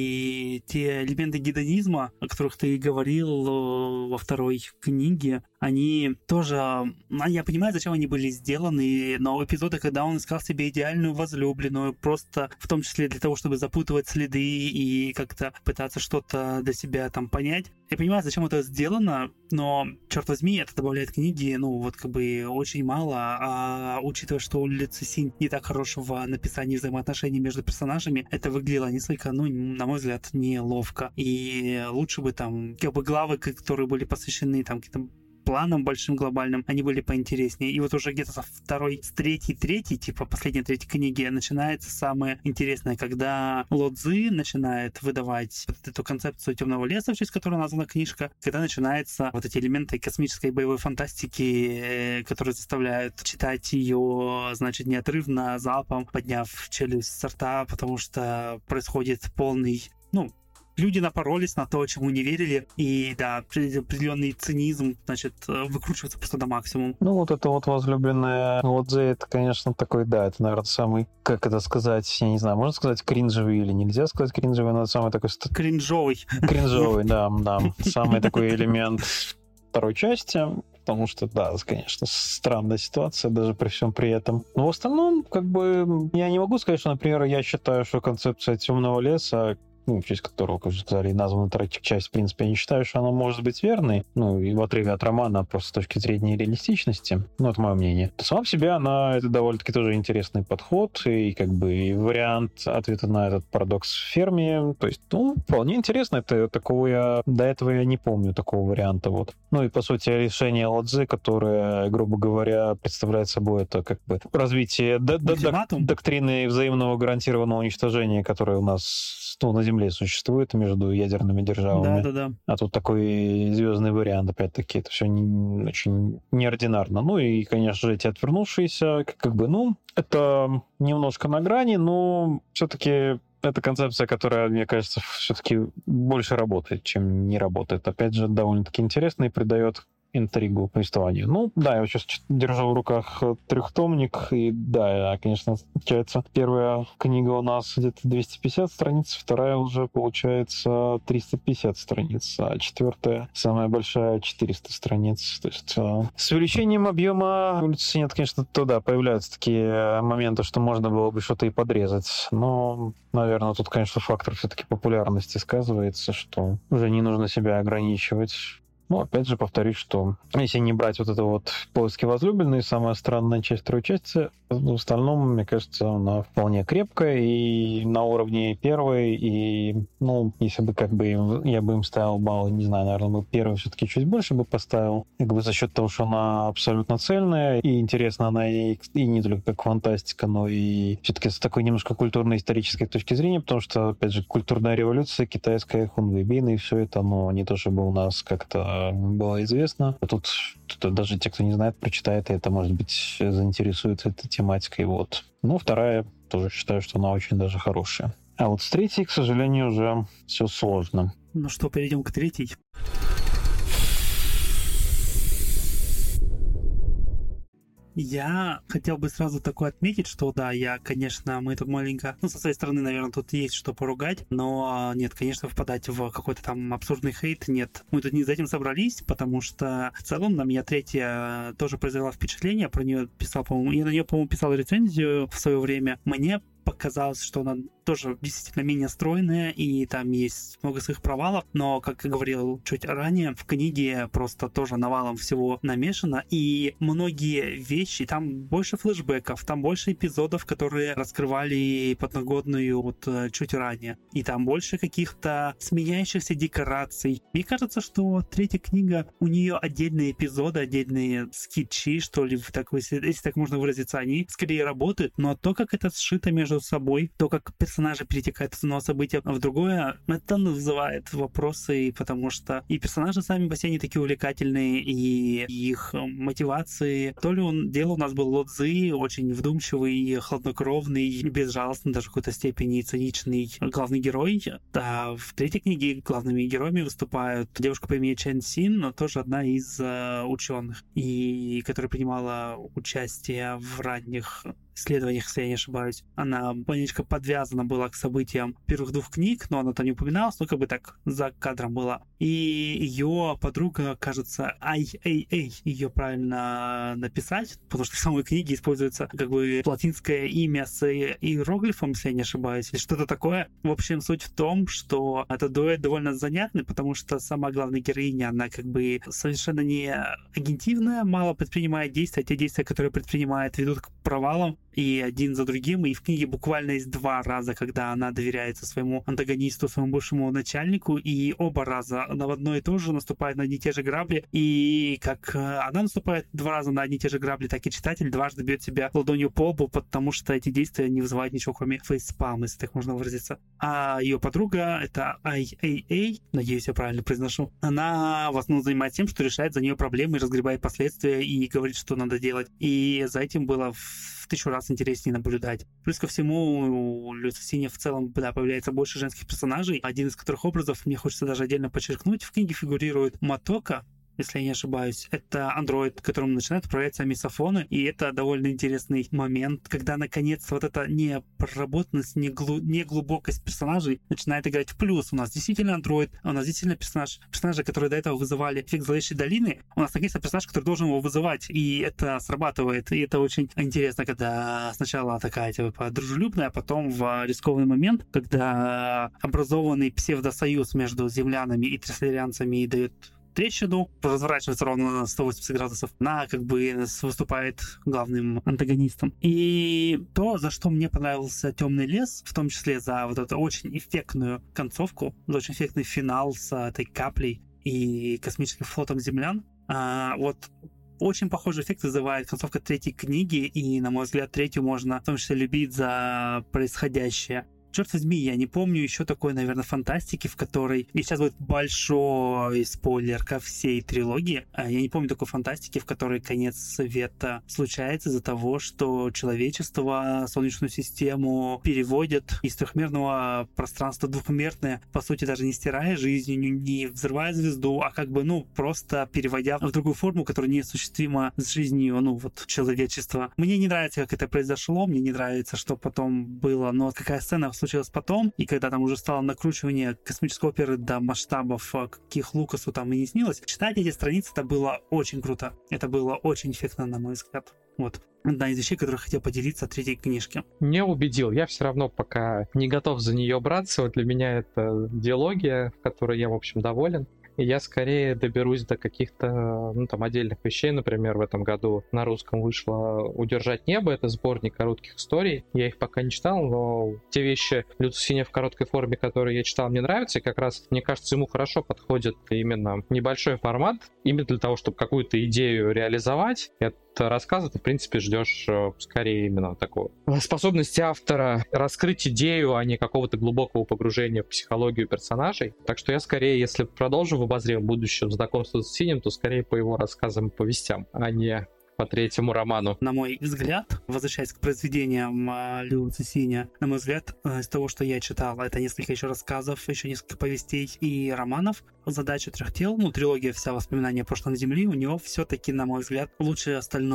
Speaker 4: И те элементы гедонизма, о которых ты говорил во второй книге, они тоже... Я понимаю, зачем они были сделаны, но эпизоды, когда он искал себе идеальную возлюбленную, просто в том числе для того, чтобы запутывать следы и как-то пытаться что-то для себя там понять. Я понимаю, зачем это сделано, но, черт возьми, это добавляет книги, ну, вот как бы очень мало, а учитывая, что у Ли Цисинь не так хорош в написании взаимоотношений между персонажами, это выглядело несколько, ну, на мой взгляд, неловко. И лучше бы там, как бы главы, которые были посвящены там каким-то планам большим, глобальным, они были поинтереснее. И вот уже где-то со второй, с третьей, третьей, типа последней третьей книги начинается самое интересное, когда Ло Цзы начинает выдавать вот эту концепцию темного леса, в честь которой названа книжка, когда начинаются вот эти элементы космической боевой фантастики, которые заставляют читать ее, значит, неотрывно, залпом, подняв челюсть с рта, потому что происходит полный, ну, люди напоролись на то, чему не верили, и, да, определенный цинизм, значит, выкручивается просто до максимума.
Speaker 3: Ну, вот это вот возлюбленная Ло Цзы, это, конечно, такой, да, это, наверное, самый, как это сказать, я не знаю, можно сказать кринжевый или нельзя сказать кринжевый, но это самый такой...
Speaker 4: Кринжовый.
Speaker 3: Кринжовый, да, да. Самый такой элемент второй части, потому что, да, конечно, странная ситуация, даже при всем при этом. Но в остальном, как бы, я не могу сказать, что, например, я считаю, что концепция темного леса, ну, в честь которого, как уже сказали, названа третья часть, в принципе, я не считаю, что она может быть верной, ну, и в отрыве от романа, просто с точки зрения реалистичности, ну, это мое мнение, то сама в себе она, это довольно-таки тоже интересный подход, и как бы и вариант ответа на этот парадокс в ферме, то есть, ну, вполне интересно, это такого я, до этого я не помню такого варианта, вот. Ну, и, по сути, решение Ло Цзы, которое, грубо говоря, представляет собой это, как бы, развитие д- д- д- доктрины взаимного гарантированного уничтожения, которая у нас, ну, на Земле существует между ядерными державами.
Speaker 4: Да, да, да.
Speaker 3: А тут такой звездный вариант, опять-таки, это все не, очень неординарно. Ну и, конечно же, эти отвернувшиеся, как бы, ну, это немножко на грани, но все-таки это концепция, которая, мне кажется, все-таки больше работает, чем не работает. Опять же, довольно-таки интересно и придает интригу повествованию. Ну, да, я вот сейчас держу в руках трехтомник, и да, конечно, получается, первая книга у нас где-то двести пятьдесят страниц, вторая уже, получается, триста пятьдесят страниц, а четвертая, самая большая, четыреста страниц. То есть э, с увеличением объема улицы нет, конечно, то да, появляются такие моменты, что можно было бы что-то и подрезать, но, наверное, тут, конечно, фактор все-таки популярности сказывается, что уже не нужно себя ограничивать. Ну, опять же, повторюсь, что если не брать вот это вот поиски возлюбленной, самая странная часть второй части, в остальном, мне кажется, она вполне крепкая и на уровне первой, и, ну, если бы как бы я бы им ставил балл, не знаю, наверное, бы первый все-таки чуть больше бы поставил, как бы за счет того, что она абсолютно цельная, и интересна она и, и не только как фантастика, но и все-таки с такой немножко культурно-исторической точки зрения, потому что, опять же, культурная революция, китайская, хунвейбин и все это, но не то, чтобы у нас как-то было известно. Тут, тут даже те, кто не знает, прочитает, и это, может быть, заинтересуется этой тематикой. Вот. Ну, вторая, тоже считаю, что она очень даже хорошая. А вот с третьей, к сожалению, уже все сложно.
Speaker 4: Ну что, перейдем к третьей. Я хотел бы сразу такое отметить, что да, я, конечно, мы тут маленько, ну, со своей стороны, наверное, тут есть что поругать, но нет, конечно, впадать в какой-то там абсурдный хейт, нет. Мы тут не за этим собрались, потому что в целом на меня третья тоже произвела впечатление, про нее писал, по-моему, я на нее, по-моему, писал рецензию в свое время. Мне показалось, что она тоже действительно менее стройная, и там есть много своих провалов, но, как я говорил чуть ранее, в книге просто тоже навалом всего намешано, и многие вещи, там больше флешбеков, там больше эпизодов, которые раскрывали подноготную вот чуть ранее, и там больше каких-то сменяющихся декораций. Мне кажется, что третья книга, у нее отдельные эпизоды, отдельные скетчи, что ли, так, если, если так можно выразиться, они скорее работают, но то, как это сшито между собой, то, как персонажи перетекают с одного события в другое, это вызывает вопросы, потому что и персонажи сами по себе не такие увлекательные, и их мотивации. То ли он, дело у нас был Лодзи, очень вдумчивый, хладнокровный, безжалостный, даже в какой-то степени циничный главный герой. А в третьей книге главными героями выступают девушка по имени Чен Син, но тоже одна из uh, ученых, и которая принимала участие в ранних исследованиях, если я не ошибаюсь. Она маленечко подвязана была к событиям первых двух книг, но она там не упоминалась, но как бы так за кадром была. И ее подруга, кажется, Ай-Эй-Эй, ее правильно написать, потому что в самой книге используется как бы латинское имя с иероглифом, если я не ошибаюсь, или что-то такое. В общем, суть в том, что этот дуэт довольно занятный, потому что сама главная героиня, она как бы совершенно не агентивная, мало предпринимает действия, те действия, которые предпринимает, ведут к провалам, и один за другим, и в книге буквально есть два раза, когда она доверяется своему антагонисту, своему бывшему начальнику, и оба раза она в одно и то же наступает на одни и те же грабли, и как она наступает два раза на одни и те же грабли, так и читатель дважды бьет себя ладонью по лбу, потому что эти действия не вызывают ничего, кроме фейспалма, если так можно выразиться. А ее подруга, это Ай-Эй-Эй, надеюсь, я правильно произношу, она в основном занимается тем, что решает за нее проблемы, разгребает последствия и говорит, что надо делать. И за этим было в тысячу раз интереснее наблюдать. Плюс ко всему, у Люцисине в целом, да, появляется больше женских персонажей, один из которых образов мне хочется даже отдельно подчеркнуть. В книге фигурирует Матока, если я не ошибаюсь. Это андроид, которому начинают управлять сами софоны, и это довольно интересный момент, когда наконец-то вот эта непроработанность, неглу... неглубокость персонажей начинает играть в плюс. У нас действительно андроид, у нас действительно персонаж, персонажи, которые до этого вызывали эффект зловещей долины, у нас наконец-то персонаж, который должен его вызывать, и это срабатывает, и это очень интересно, когда сначала такая типа дружелюбная, а потом в рискованный момент, когда образованный псевдосоюз между землянами и тресселианцами дает трещину, разворачивается ровно на сто восемьдесят градусов, она как бы выступает главным антагонистом. И то, за что мне понравился «Темный лес», в том числе за вот эту очень эффектную концовку, за очень эффектный финал с этой каплей и космическим флотом землян, а, вот очень похожий эффект вызывает концовка третьей книги, и, на мой взгляд, третью можно в том числе любить за происходящее. Черт возьми, я не помню еще такой, наверное, фантастики, в которой... И сейчас будет большой спойлер ко всей трилогии. Я не помню такой фантастики, в которой конец света случается из-за того, что человечество Солнечную систему переводит из трехмерного пространства в двухмерное, по сути, даже не стирая жизнь, не взрывая звезду, а как бы, ну, просто переводя в другую форму, которая неосуществима с жизнью, ну, вот, человечества. Мне не нравится, как это произошло, мне не нравится, что потом было, но какая сцена случилось потом, и когда там уже стало накручивание космической оперы до масштабов, каких Лукасу там и не снилось, читать эти страницы, это было очень круто. Это было очень эффектно, на мой взгляд. Вот. Одна из вещей, которую хотел поделиться о третьей книжке.
Speaker 2: Не убедил. Я все равно пока не готов за нее браться. Вот для меня это диалогия, в которой я, в общем, доволен. И я скорее доберусь до каких-то, ну, там, отдельных вещей. Например, в этом году на русском вышло «Удержать небо». Это сборник коротких историй. Я их пока не читал, но те вещи Люцисине в короткой форме, которые я читал, мне нравятся. И как раз, мне кажется, ему хорошо подходит именно небольшой формат, именно для того, чтобы какую-то идею реализовать. От рассказа ты, в принципе, ждешь скорее именно такого способности автора раскрыть идею, а не какого-то глубокого погружения в психологию персонажей. Так что я скорее, если продолжу в обозримом будущем знакомство с Синим, то скорее по его рассказам и повестям, а не по третьему роману.
Speaker 4: На мой взгляд, возвращаясь к произведениям Лю Цисиня, на мой взгляд, из того, что я читал, это несколько еще рассказов, еще несколько повестей и романов. Задача трех тел, ну, трилогия «Вся воспоминания о прошлом Земли», у него все-таки, на мой взгляд, лучше остального.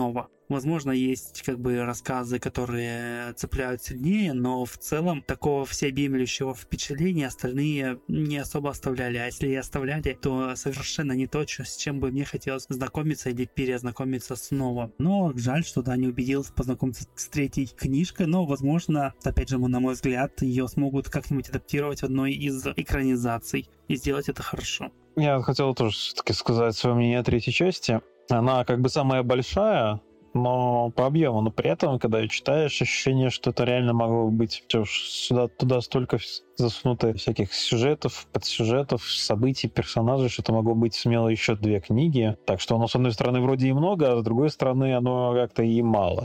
Speaker 4: Возможно, есть как бы рассказы, которые цепляют сильнее, но в целом такого всеобъемлющего впечатления остальные не особо оставляли. А если и оставляли, то совершенно не то, с чем бы мне хотелось знакомиться или перезнакомиться снова. Но жаль, что да, не убедился познакомиться с третьей книжкой, но, возможно, опять же, на мой взгляд, ее смогут как-нибудь адаптировать в одной из экранизаций и сделать это хорошо.
Speaker 3: Я хотел тоже все-таки сказать свое мнение о третьей части. Она как бы самая большая, но по объему, но при этом, когда ее читаешь, ощущение, что это реально могло быть сюда, туда столько засунуто всяких сюжетов, подсюжетов, событий, персонажей, что это могло быть смело еще две книги. Так что оно, с одной стороны, вроде и много, а с другой стороны, оно как-то и мало.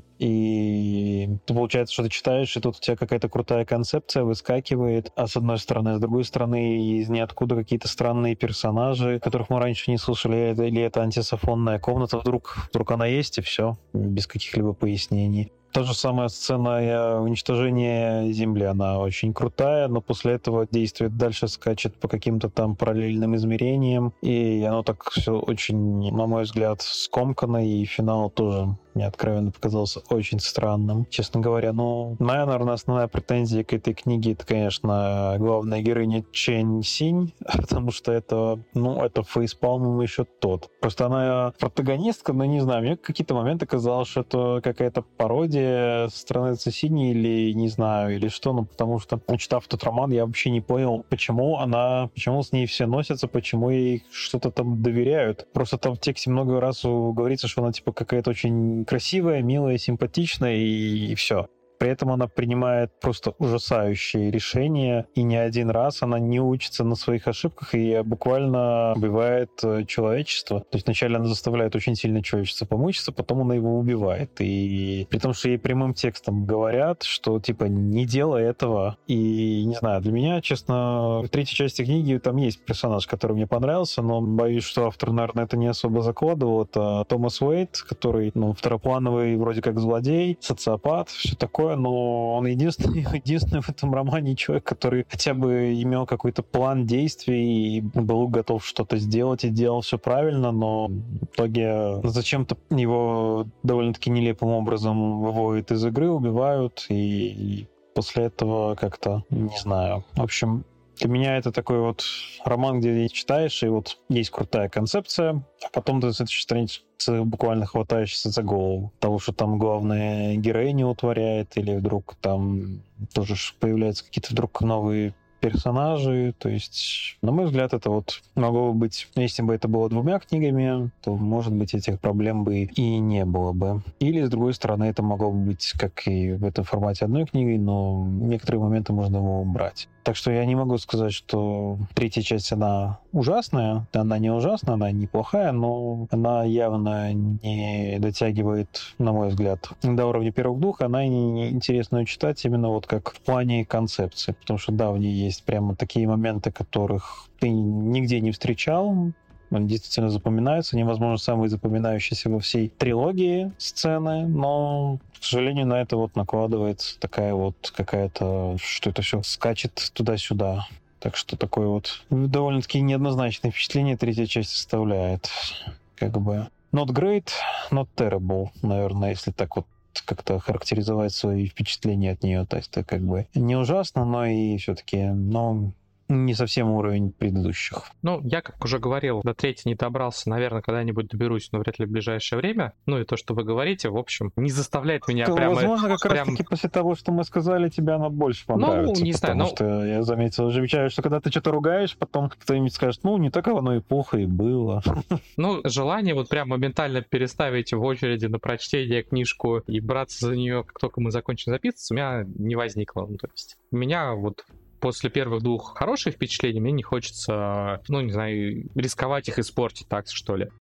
Speaker 3: И получается, что ты читаешь, и тут у тебя какая-то крутая концепция выскакивает, а с одной стороны, а с другой стороны, из ниоткуда какие-то странные персонажи, которых мы раньше не слышали, или это антисафонная комната, вдруг, вдруг она есть, и все, без каких-либо пояснений. Та же самая сцена уничтожения Земли, она очень крутая, но после этого действие дальше скачет по каким-то там параллельным измерениям, и оно так все очень, на мой взгляд, скомкано, и финал тоже мне откровенно показался очень странным, честно говоря. Ну, моя, наверное, основная претензия к этой книге, это, конечно, главная героиня Чэнь Синь, потому что это, ну, это фейспалм еще тот. Просто она протагонистка, но не знаю, мне в какие-то моменты казалось, что это какая-то пародия со стороны Цессини или, не знаю, или что, ну, потому что, читав тот роман, я вообще не понял, почему она, почему с ней все носятся, почему ей что-то там доверяют. Просто там в тексте много раз говорится, что она, типа, какая-то очень красивая, милая, симпатичная, и, и все. При этом она принимает просто ужасающие решения, и не один раз она не учится на своих ошибках и буквально убивает человечество. То есть вначале она заставляет очень сильно человечество помучиться, потом она его убивает. И при том, что ей прямым текстом говорят, что типа не делай этого. И не знаю, для меня, честно, в третьей части книги там есть персонаж, который мне понравился, но боюсь, что автор, наверное, это не особо закладывал. Это Томас Уэйт, который, ну, второплановый вроде как злодей, социопат, все такое, но он единственный, единственный в этом романе человек, который хотя бы имел какой-то план действий и был готов что-то сделать и делал все правильно, но в итоге зачем-то его довольно-таки нелепым образом выводят из игры, убивают, и после этого как-то, не знаю. В общем, для меня это такой вот роман, где ты читаешь, и вот есть крутая концепция, а потом ты с этой страницы буквально хватаешься за голову. Того, что там главная героиня утворяет, или вдруг там тоже появляются какие-то вдруг новые персонажи. То есть, на мой взгляд, это вот могло бы быть... Если бы это было двумя книгами, то, может быть, этих проблем бы и не было бы. Или, с другой стороны, это могло бы быть, как и в этом формате, одной книгой, но некоторые моменты можно было убрать. Так что я не могу сказать, что третья часть, она ужасная. Она не ужасная, она неплохая, но она явно не дотягивает, на мой взгляд, до уровня первых двух. Она не интересно ее читать именно вот как в плане концепции. Потому что, да, в ней есть прямо такие моменты, которых ты нигде не встречал. Они действительно запоминаются. Невозможно, самые запоминающиеся во всей трилогии сцены, но, к сожалению, на это вот накладывается такая вот какая-то, что это все скачет туда-сюда. Так что такое вот довольно-таки неоднозначное впечатление третья часть составляет. Как бы not great, not terrible, наверное, если так вот как-то характеризовать свои впечатления от нее. То есть это как бы не ужасно, но и все-таки, но не совсем уровень предыдущих.
Speaker 2: Ну, я, как уже говорил, до третьей не добрался, наверное, когда-нибудь доберусь, но вряд ли в ближайшее время. Ну и то, что вы говорите, в общем, не заставляет меня
Speaker 3: то,
Speaker 2: прямо...
Speaker 3: Возможно, как
Speaker 2: прям...
Speaker 3: раз-таки после того, что мы сказали, тебе она больше понравится.
Speaker 2: Ну, не знаю,
Speaker 3: потому
Speaker 2: но...
Speaker 3: что я заметил, замечаю, что когда ты что-то ругаешь, потом кто-нибудь скажет, ну, не так оно и плохо и было.
Speaker 2: Ну, желание вот прям моментально переставить в очереди на прочтение книжку и браться за нее, как только мы закончим записываться, у меня не возникло. Ну, то есть у меня вот после первых двух хороших впечатлений мне не хочется, ну, не знаю, рисковать их испортить, так что ли.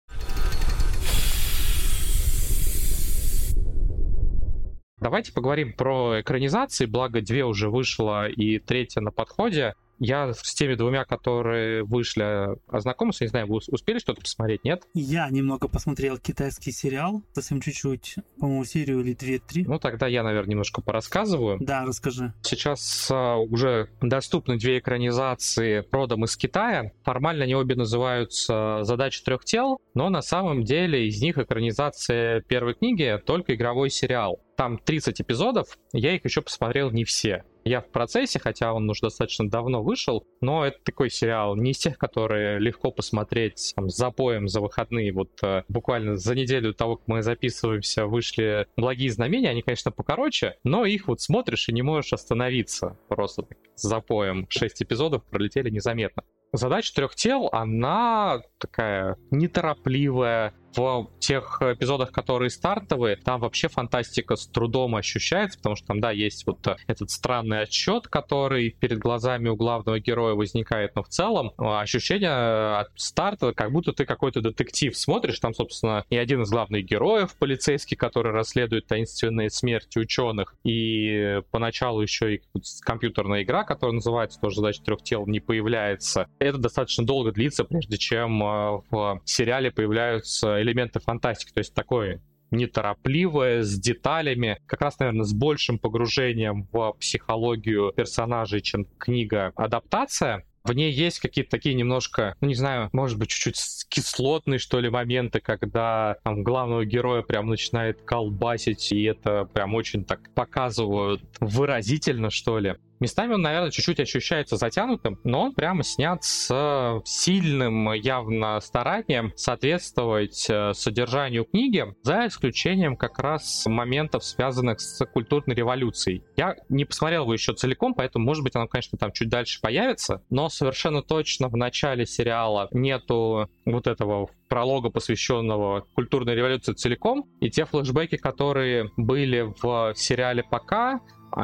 Speaker 2: Давайте поговорим про экранизации, благо две уже вышло и третья на подходе. Я с теми двумя, которые вышли, ознакомился. Не знаю, вы успели что-то посмотреть, нет?
Speaker 4: Я немного посмотрел китайский сериал, совсем чуть-чуть, по-моему, серию или две-три.
Speaker 2: Ну, тогда я, наверное, немножко порассказываю.
Speaker 4: Да, расскажи.
Speaker 2: Сейчас а, уже доступны две экранизации родом из Китая. Формально они обе называются «Задача трех тел», но на самом деле из них экранизация первой книги только игровой сериал. Там тридцать эпизодов, я их еще посмотрел не все. Я в процессе, хотя он уже достаточно давно вышел, но это такой сериал не из тех, которые легко посмотреть там, с запоем за выходные. Вот э, буквально за неделю до того, как мы записываемся, вышли «Благие знамения». Они, конечно, покороче, но их вот смотришь и не можешь остановиться. Просто так, с запоем. Шесть эпизодов пролетели незаметно. Задача трех тел, она такая неторопливая. В тех эпизодах, которые стартовые, там вообще фантастика с трудом ощущается, потому что там, да, есть вот этот странный отсчет, который перед глазами у главного героя возникает, но в целом ощущение от старта, как будто ты какой-то детектив смотришь, там, собственно, и один из главных героев, полицейский, который расследует таинственные смерти ученых, и поначалу еще и компьютерная игра, которая называется тоже «Задача трех тел», не появляется. Это достаточно долго длится, прежде чем в сериале появляются элементы фантастики, то есть такое неторопливое, с деталями, как раз, наверное, с большим погружением в психологию персонажей, чем книга-адаптация. В ней есть какие-то такие немножко, ну не знаю, может быть, чуть-чуть кислотные, что ли, моменты, когда там главного героя прям начинает колбасить, и это прям очень так показывают выразительно, что ли. Местами он, наверное, чуть-чуть ощущается затянутым, но он прямо снят с сильным явно старанием соответствовать содержанию книги, за исключением как раз моментов, связанных с культурной революцией. Я не посмотрел его еще целиком, поэтому, может быть, оно, конечно, там чуть дальше появится, но совершенно точно в начале сериала нету вот этого пролога, посвященного культурной революции целиком, и те флешбеки, которые были в сериале «Пока»,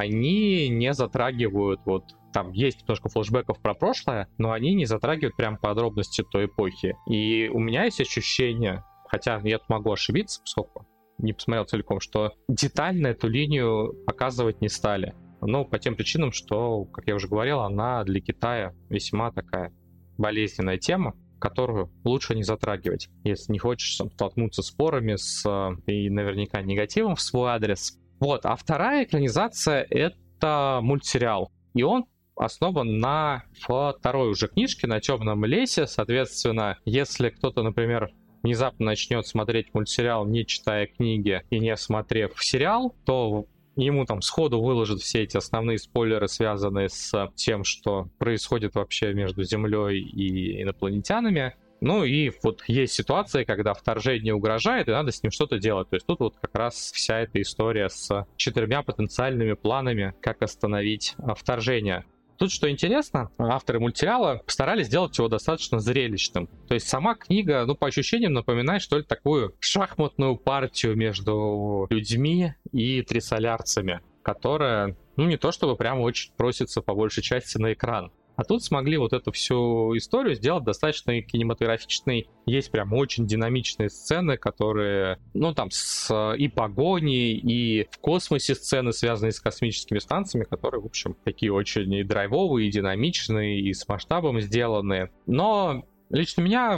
Speaker 2: они не затрагивают, вот там есть немножко флешбеков про прошлое, но они не затрагивают прям подробности той эпохи. И у меня есть ощущение, хотя я могу ошибиться, поскольку не посмотрел целиком, что детально эту линию показывать не стали. Ну, по тем причинам, что, как я уже говорил, она для Китая весьма такая болезненная тема, которую лучше не затрагивать, если не хочешь столкнуться с спорами, с и наверняка негативом в свой адрес. Вот, а вторая экранизация — это мультсериал, и он основан на второй уже книжке, на «Темном лесе». Соответственно, если кто-то, например, внезапно начнет смотреть мультсериал, не читая книги и не смотрев сериал, то ему там сходу выложат все эти основные спойлеры, связанные с тем, что происходит вообще между Землей и инопланетянами. Ну и вот есть ситуация, когда вторжение угрожает, и надо с ним что-то делать. То есть тут вот как раз вся эта история с четырьмя потенциальными планами, как остановить вторжение. Тут, что интересно, авторы мультсериала постарались сделать его достаточно зрелищным. То есть сама книга, ну, по ощущениям, напоминает, что ли, такую шахматную партию между людьми и трисолярцами, которая, ну, не то чтобы прямо очень просится по большей части на экран. А тут смогли вот эту всю историю сделать достаточно кинематографичной. Есть прям очень динамичные сцены, которые, ну там, с и погоней, и в космосе сцены, связанные с космическими станциями, которые, в общем, такие очень и драйвовые, и динамичные, и с масштабом сделанные. Но лично меня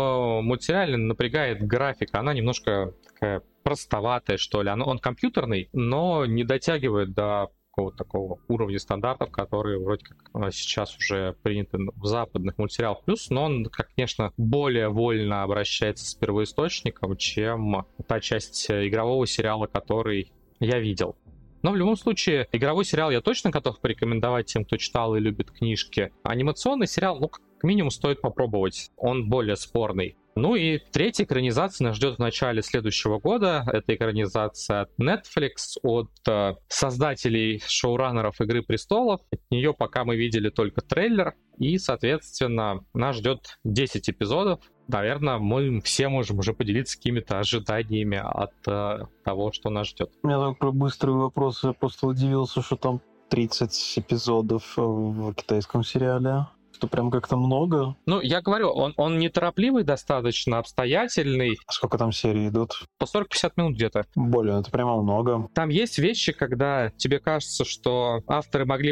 Speaker 2: в мультсериале напрягает графика. Она немножко такая простоватая, что ли. Он компьютерный, но не дотягивает до вот такого уровня стандартов, которые вроде как сейчас уже приняты в западных мультсериалах. Плюс, но он, конечно, более вольно обращается с первоисточником, чем та часть игрового сериала, который я видел. Но в любом случае, игровой сериал я точно готов порекомендовать тем, кто читал и любит книжки. Анимационный сериал, ну, как минимум, стоит попробовать. Он более спорный. Ну и третья экранизация нас ждет в начале следующего года. Это экранизация от Netflix, от э, создателей шоураннеров «Игры престолов». От нее пока мы видели только трейлер. И, соответственно, нас ждет десять эпизодов. Наверное, мы все можем уже поделиться какими-то ожиданиями от э, того, что нас ждет.
Speaker 3: У меня такой быстрый вопрос. Я просто удивился, что там тридцать эпизодов в китайском сериале. Что прям как-то много.
Speaker 2: Ну, я говорю, он, он неторопливый, достаточно обстоятельный.
Speaker 3: Сколько там серий идут?
Speaker 2: По сорок-пятьдесят минут где-то.
Speaker 3: Блин, это прямо много.
Speaker 2: Там есть вещи, когда тебе кажется, что авторы могли бы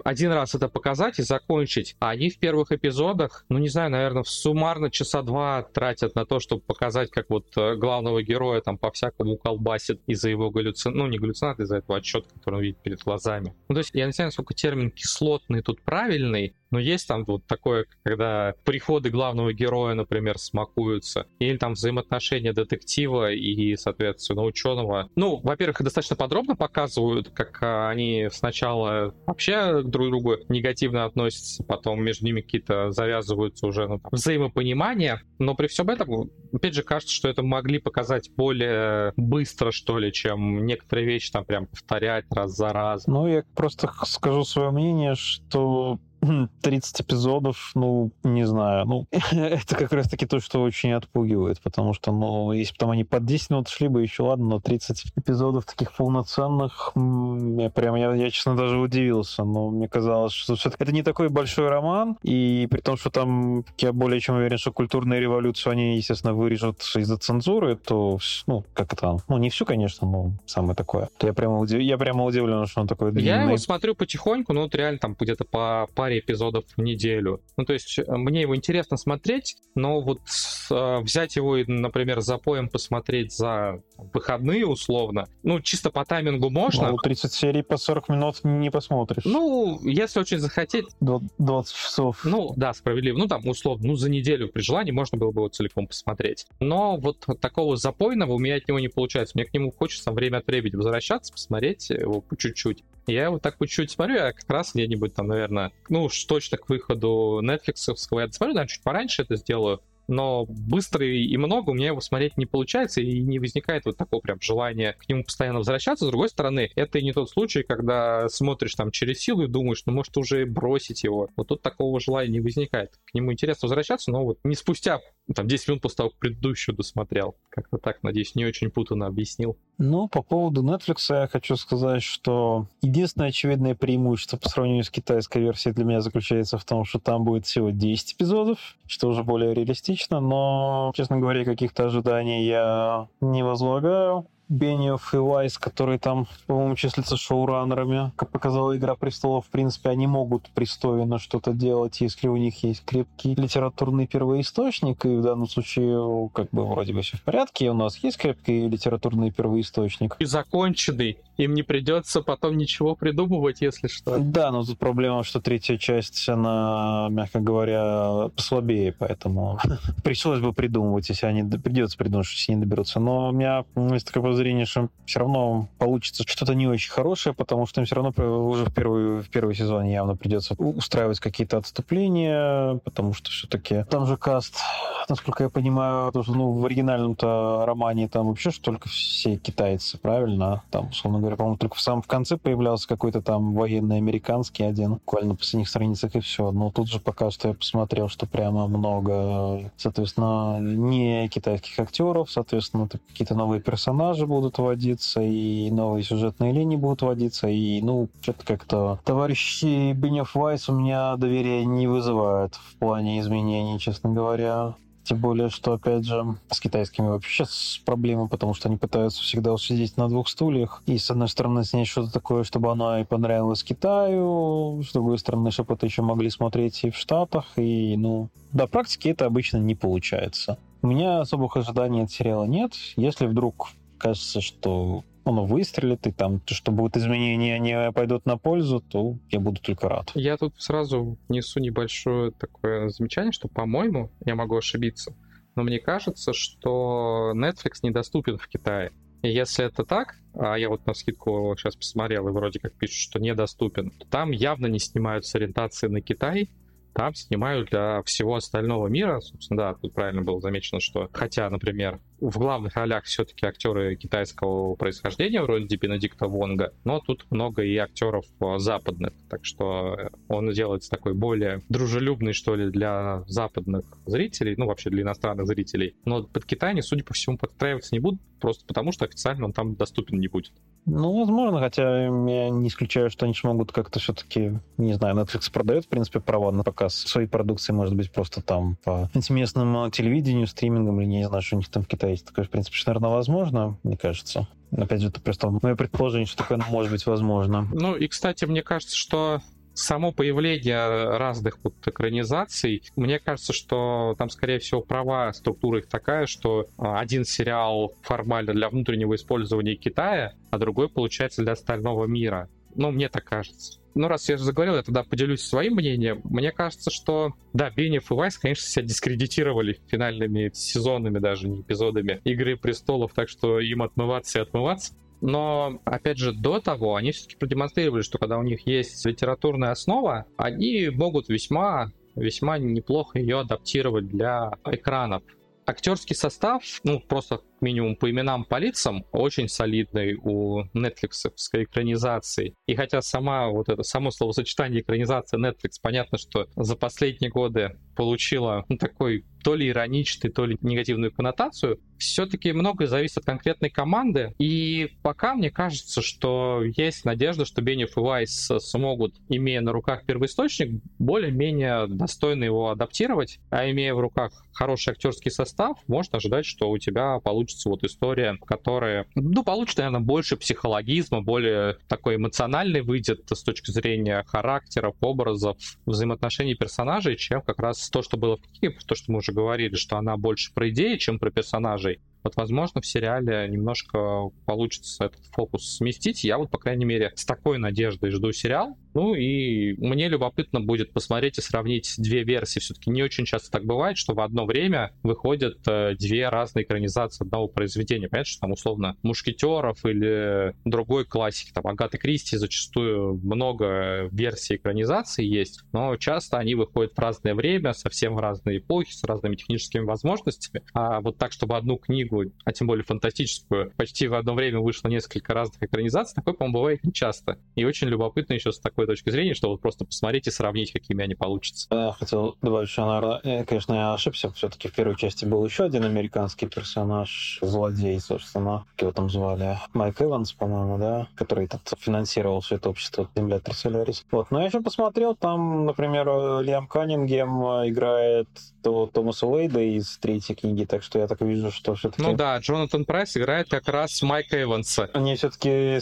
Speaker 2: один раз это показать и закончить. А они в первых эпизодах, ну не знаю, наверное, суммарно часа два тратят на то, чтобы показать, как вот главного героя там по-всякому колбасит из-за его галлюцинации, ну не галлюцинации, из-за этого отчета, который он видит перед глазами. Ну то есть я не знаю, насколько термин кислотный тут правильный, но есть там вот такое, когда приходы главного героя, например, смакуются, или там взаимоотношения детектива и, соответственно, ученого. Ну, во-первых, достаточно подробно показывают, как они сначала вообще друг к другу негативно относятся, потом между ними какие-то завязываются уже ну, там, взаимопонимания, но при всем этом, опять же, кажется, что это могли показать более быстро, что ли, чем некоторые вещи там прям повторять раз за разом.
Speaker 3: Ну, я просто скажу свое мнение, что тридцать эпизодов, ну, не знаю, ну, это как раз-таки то, что очень отпугивает, потому что, ну, если бы там они под десять минут шли бы, еще ладно, но тридцать эпизодов таких полноценных, я прям, я, я, честно, даже удивился, но мне казалось, что все-таки это не такой большой роман, и при том, что там, я более чем уверен, что культурную революцию они, естественно, вырежут из-за цензуры, то, ну, как это, ну, не всю, конечно, но самое такое, то я прямо, удив... я прямо удивлен, что он такой длинный.
Speaker 2: Я его смотрю потихоньку, ну, вот реально там где-то по паре эпизодов в неделю. Ну, то есть мне его интересно смотреть, но вот э, взять его, например, за поем посмотреть за выходные условно, ну, чисто по таймингу можно.
Speaker 3: Ну, тридцать серий по сорок минут не посмотришь.
Speaker 2: Ну, если очень захотеть...
Speaker 3: двадцать часов.
Speaker 2: Ну, да, справедливо. Ну, там, условно, ну, за неделю при желании можно было бы его целиком посмотреть. Но вот такого запойного у меня от него не получается. Мне к нему хочется время от времени возвращаться, посмотреть его по чуть-чуть. Я вот так по чуть-чуть смотрю, я как раз где-нибудь там, наверное, ну уж точно к выходу Netflix-овского я смотрю, наверное, чуть пораньше это сделаю, но быстро и много у меня его смотреть не получается, и не возникает вот такого прям желания к нему постоянно возвращаться. С другой стороны, это и не тот случай, когда смотришь там через силу и думаешь, ну, может, уже бросить его. Вот тут такого желания не возникает. К нему интересно возвращаться, но вот не спустя там десять минут после того, как предыдущую досмотрел. Как-то так, надеюсь, не очень путанно объяснил.
Speaker 3: Ну, по поводу Netflix я хочу сказать, что единственное очевидное преимущество по сравнению с китайской версией для меня заключается в том, что там будет всего десять эпизодов, что уже более реалистично, но, честно говоря, каких-то ожиданий я не возлагаю. Бениофф и Вайс, которые там, по-моему, числятся шоураннерами, как показала «Игра престолов», в принципе, они могут пристойно что-то делать, если у них есть крепкий литературный первоисточник, и в данном случае, как бы, вроде бы все в порядке, у нас есть крепкий литературный первоисточник.
Speaker 2: И законченный. Им не придется потом ничего придумывать, если что.
Speaker 3: Да, но тут проблема, что третья часть, она, мягко говоря, послабее, поэтому пришлось бы придумывать, если они придется придумать, если они доберутся. Но у меня есть такое подозрение, что все равно получится что-то не очень хорошее, потому что им все равно уже в первый, в первый сезон явно придется устраивать какие-то отступления, потому что все-таки там же каст, насколько я понимаю, тоже, ну, в оригинальном-то романе там вообще что только все китайцы, правильно? Там, условно говоря, по-моему, только в самом в конце появлялся какой-то там военный американский один, буквально на последних страницах, и все. Но тут же пока что я посмотрел, что прямо много, соответственно, не китайских актеров, соответственно, какие-то новые персонажи будут вводиться, и новые сюжетные линии будут вводиться, и, ну, что-то как-то товарищи Бенioff Вайс у меня доверия не вызывают в плане изменений, честно говоря. Тем более, что, опять же, с китайскими вообще сейчас проблемы, потому что они пытаются всегда усидеть на двух стульях. И, с одной стороны, снять что-то такое, чтобы оно и понравилось Китаю, с другой стороны, чтобы это еще могли смотреть и в Штатах. И, ну, на практике это обычно не получается. У меня особых ожиданий от сериала нет. Если вдруг кажется, что оно выстрелит, и там, что будут изменения, они пойдут на пользу, то я буду только рад.
Speaker 2: Я тут сразу внесу небольшое такое замечание, что, по-моему, я могу ошибиться, но мне кажется, что Netflix недоступен в Китае. И если это так, а я вот навскидку сейчас посмотрел, и вроде как пишут, что недоступен, то там явно не снимают с ориентацией на Китай, там снимают для всего остального мира. Собственно, да, тут правильно было замечено, что хотя, например, в главных ролях все-таки актеры китайского происхождения, вроде Бенедикта Вонга, но тут много и актеров западных, так что он делается такой более дружелюбный, что ли, для западных зрителей, ну, вообще для иностранных зрителей. Но под Китай они, судя по всему, подстраиваться не будут, просто потому что официально он там доступен не будет.
Speaker 3: Ну, возможно, хотя я не исключаю, что они смогут как-то все-таки, не знаю, Netflix продает, в принципе, права на показ своей продукции, может быть, просто там по местному телевидению, стримингам, или не знаю, что у них там в Китае есть. Такое, в принципе, что, наверное, возможно, мне кажется. Опять же, это просто мое предположение, что такое может быть возможно.
Speaker 2: Ну, и, кстати, мне кажется, что само появление разных вот экранизаций, мне кажется, что там, скорее всего, права, структура их такая, что один сериал формально для внутреннего использования Китая, а другой, получается, для остального мира. Ну, мне так кажется. Ну, раз я же заговорил, я тогда поделюсь своим мнением. Мне кажется, что, да, Бенioff и Вайс, конечно, себя дискредитировали финальными сезонами, даже не эпизодами «Игры престолов», так что им отмываться и отмываться. Но, опять же, до того они все-таки продемонстрировали, что когда у них есть литературная основа, они могут весьма, весьма неплохо ее адаптировать для экранов. Актерский состав, ну, просто минимум по именам, по лицам, очень солидный у нетфликсовской экранизации. И хотя сама вот это само словосочетание экранизация Netflix, понятно, что за последние годы получила ну, такой то ли ироничный, то ли негативную коннотацию, все-таки многое зависит от конкретной команды. И пока мне кажется, что есть надежда, что Бенioff и Вайс смогут, имея на руках первоисточник, более-менее достойно его адаптировать, а имея в руках хороший актерский состав, можно ожидать, что у тебя получится вот история, которая, ну, получит, наверное, больше психологизма, более такой эмоциональный выйдет с точки зрения характеров, образов, взаимоотношений персонажей, чем как раз то, что было в книге, то, что мы уже говорили, что она больше про идеи, чем про персонажей. Вот, возможно, в сериале немножко получится этот фокус сместить. Я вот, по крайней мере, с такой надеждой жду сериал. Ну и мне любопытно будет посмотреть и сравнить две версии. Все-таки не очень часто так бывает, что в одно время выходят э, две разные экранизации одного произведения. Понятно, что там условно Мушкетеров или другой классики, там Агаты Кристи зачастую много версий экранизации есть, но часто они выходят в разное время, совсем в разные эпохи, с разными техническими возможностями. А вот так, чтобы одну книгу, а тем более фантастическую, почти в одно время вышло несколько разных экранизаций, такое, по-моему, бывает нечасто. И очень любопытно еще с такой точки зрения, что вот просто посмотреть и сравнить, какими они получатся.
Speaker 3: Я хотел добавить, что, наверное, конечно, я ошибся. Все-таки в первой части был еще один американский персонаж, злодей, собственно, как его там звали, Майк Эванс, по-моему, да, который там финансировал все это общество Земля Трисолярис. Вот. Но я еще посмотрел, там, например, Лиам Каннингем играет то Томаса Уэйда из третьей книги, так что я так вижу, что все-таки...
Speaker 2: Ну да, Джонатан Прайс играет как раз Майка Эванса.
Speaker 3: Они все-таки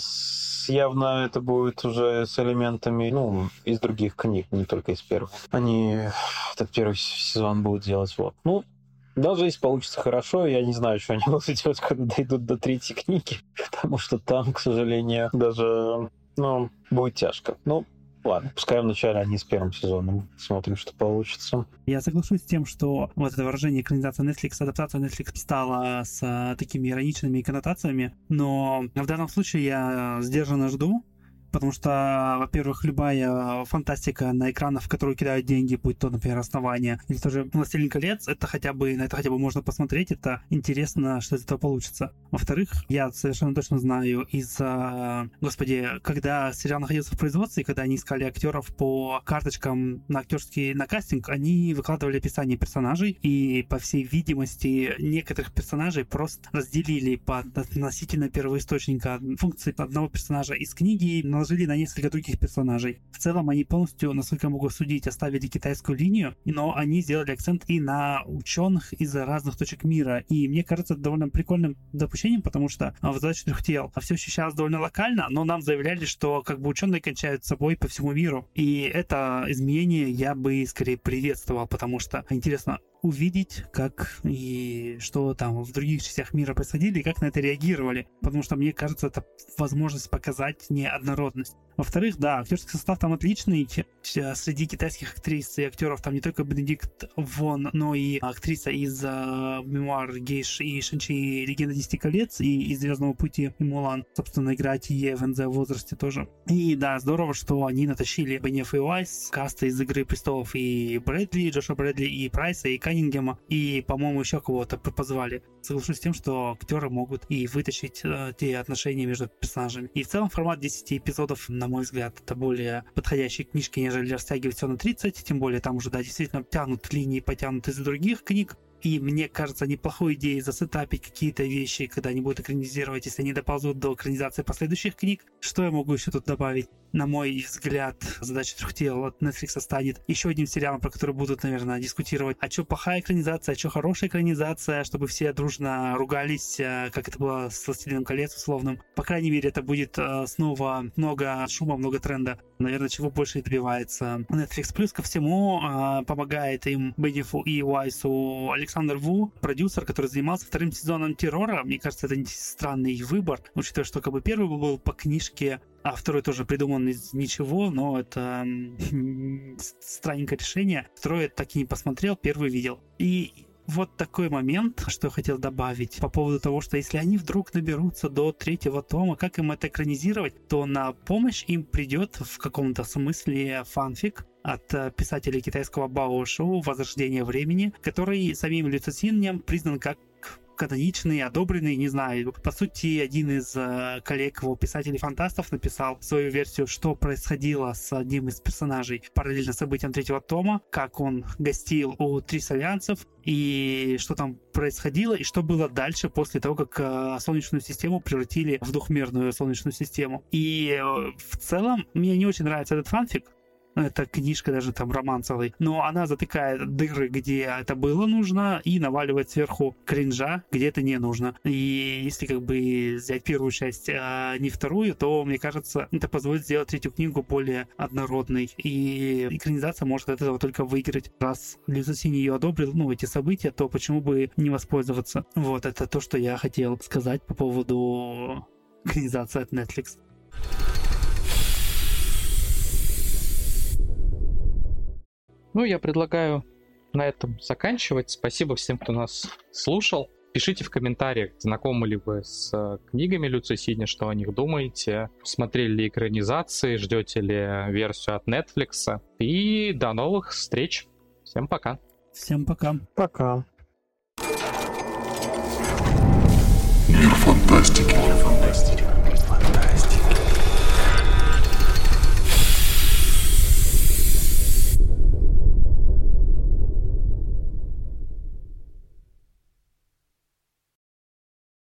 Speaker 3: явно это будет уже с элементами, ну, из других книг, не только из первых. Они этот первый сезон будут делать, вот. Ну, даже если получится хорошо, я не знаю, что они будут делать, когда дойдут до третьей книги, потому что там, к сожалению, даже, ну, будет тяжко. Ну, ладно, пускай вначале они с первым сезоном. Смотрим, что получится.
Speaker 4: Я соглашусь с тем, что вот это выражение экранизация Netflix, адаптация Netflix стала с а, такими ироничными коннотациями, но в данном случае я сдержанно жду, потому что, во-первых, любая фантастика на экранах, в которую кидают деньги, будь то, например, «Основание» или тоже «Властелин колец», это хотя бы, на это хотя бы можно посмотреть, это интересно, что из этого получится. Во-вторых, я совершенно точно знаю из-за... Господи, когда сериал находился в производстве, когда они искали актеров по карточкам на актерский, на кастинг, они выкладывали описание персонажей, и, по всей видимости, некоторых персонажей просто разделили по относительно первоисточника функции одного персонажа из книги, наложили на несколько других персонажей. В целом они полностью, насколько я могу судить, оставили китайскую линию, но они сделали акцент и на ученых из разных точек мира. И мне кажется, это довольно прикольным допущением, потому что в «Задаче трех тел» все ощущалось довольно локально, но нам заявляли, что как бы ученые кончают собой по всему миру. И это изменение я бы скорее приветствовал, потому что интересно увидеть, как и что там в других частях мира происходили, и как на это реагировали. Потому что, мне кажется, это возможность показать неоднородность. Во-вторых, да, актерский состав там отличный. Среди китайских актрис и актеров там не только Бенедикт Вон, но и актриса из uh, «Мемуар Гейш» и «Шанчи. Легенда десяти колец», и из «Звездного пути» и «Мулан». Собственно, играть Е в эн зэ в возрасте тоже. И да, здорово, что они натащили Бенioff и Вайс, каста из «Игры престолов», и Брэдли, Джоша Брэдли, и Прайса, и Каннингема, и, по-моему, еще кого-то позвали. Соглашусь с тем, что актеры могут и вытащить uh, те отношения между персонажами. И в целом формат десяти эпизодов, на мой взгляд, это более подходящий к книжке, нежели растягивать все на тридцать, тем более там уже, да, действительно тянут линии, потянут из других книг. И мне кажется неплохой идеей засетапить какие-то вещи, когда они будут экранизировать, если они доползут до экранизации последующих книг. Что я могу еще тут добавить? На мой взгляд, задача трех тел от Netflix станет еще одним сериалом, про который будут, наверное, дискутировать. А что плохая экранизация, а что хорошая экранизация, чтобы все дружно ругались, как это было с «Властелином колец» условным. По крайней мере, это будет снова много шума, много тренда. Наверное, чего больше и добивается Netflix. Плюс ко всему помогает им Беннифу и Уайсу Александр Ву, продюсер, который занимался вторым сезоном «Террора». Мне кажется, это странный выбор, учитывая, что как бы первый был по книжке, а второй тоже придуман из ничего, но это странненькое решение. Второй я так и не посмотрел, первый видел. И вот такой момент, что я хотел добавить по поводу того, что если они вдруг наберутся до третьего тома, как им это экранизировать, то на помощь им придет в каком-то смысле фанфик от писателя китайского Бао Шоу «Возрождение времени», который самим Лю Цисинем признан как каноничный, одобренный, не знаю. По сути, один из э, коллег его писателей-фантастов написал свою версию, что происходило с одним из персонажей параллельно событиям третьего тома, как он гостил у трисолянцев, и что там происходило, и что было дальше после того, как э, Солнечную систему превратили в двухмерную Солнечную систему. И э, в целом мне не очень нравится этот фанфик. Это книжка даже там романсовый, но она затыкает дыры, где это было нужно, и наваливает сверху кринжа, где это не нужно. И если как бы взять первую часть, а не вторую, то, мне кажется, это позволит сделать третью книгу более однородной. И экранизация может от этого только выиграть. Раз Лю Цисинь ее одобрил, ну, эти события, то почему бы не воспользоваться? Вот, это то, что я хотел сказать по поводу экранизации от Netflix.
Speaker 2: Ну, я предлагаю на этом заканчивать. Спасибо всем, кто нас слушал. Пишите в комментариях, знакомы ли вы с книгами Лю Цисиня, что о них думаете, смотрели ли экранизации, ждете ли версию от Netflix. И до новых встреч. Всем пока.
Speaker 4: Всем пока.
Speaker 3: Пока.
Speaker 1: Мир фантастики.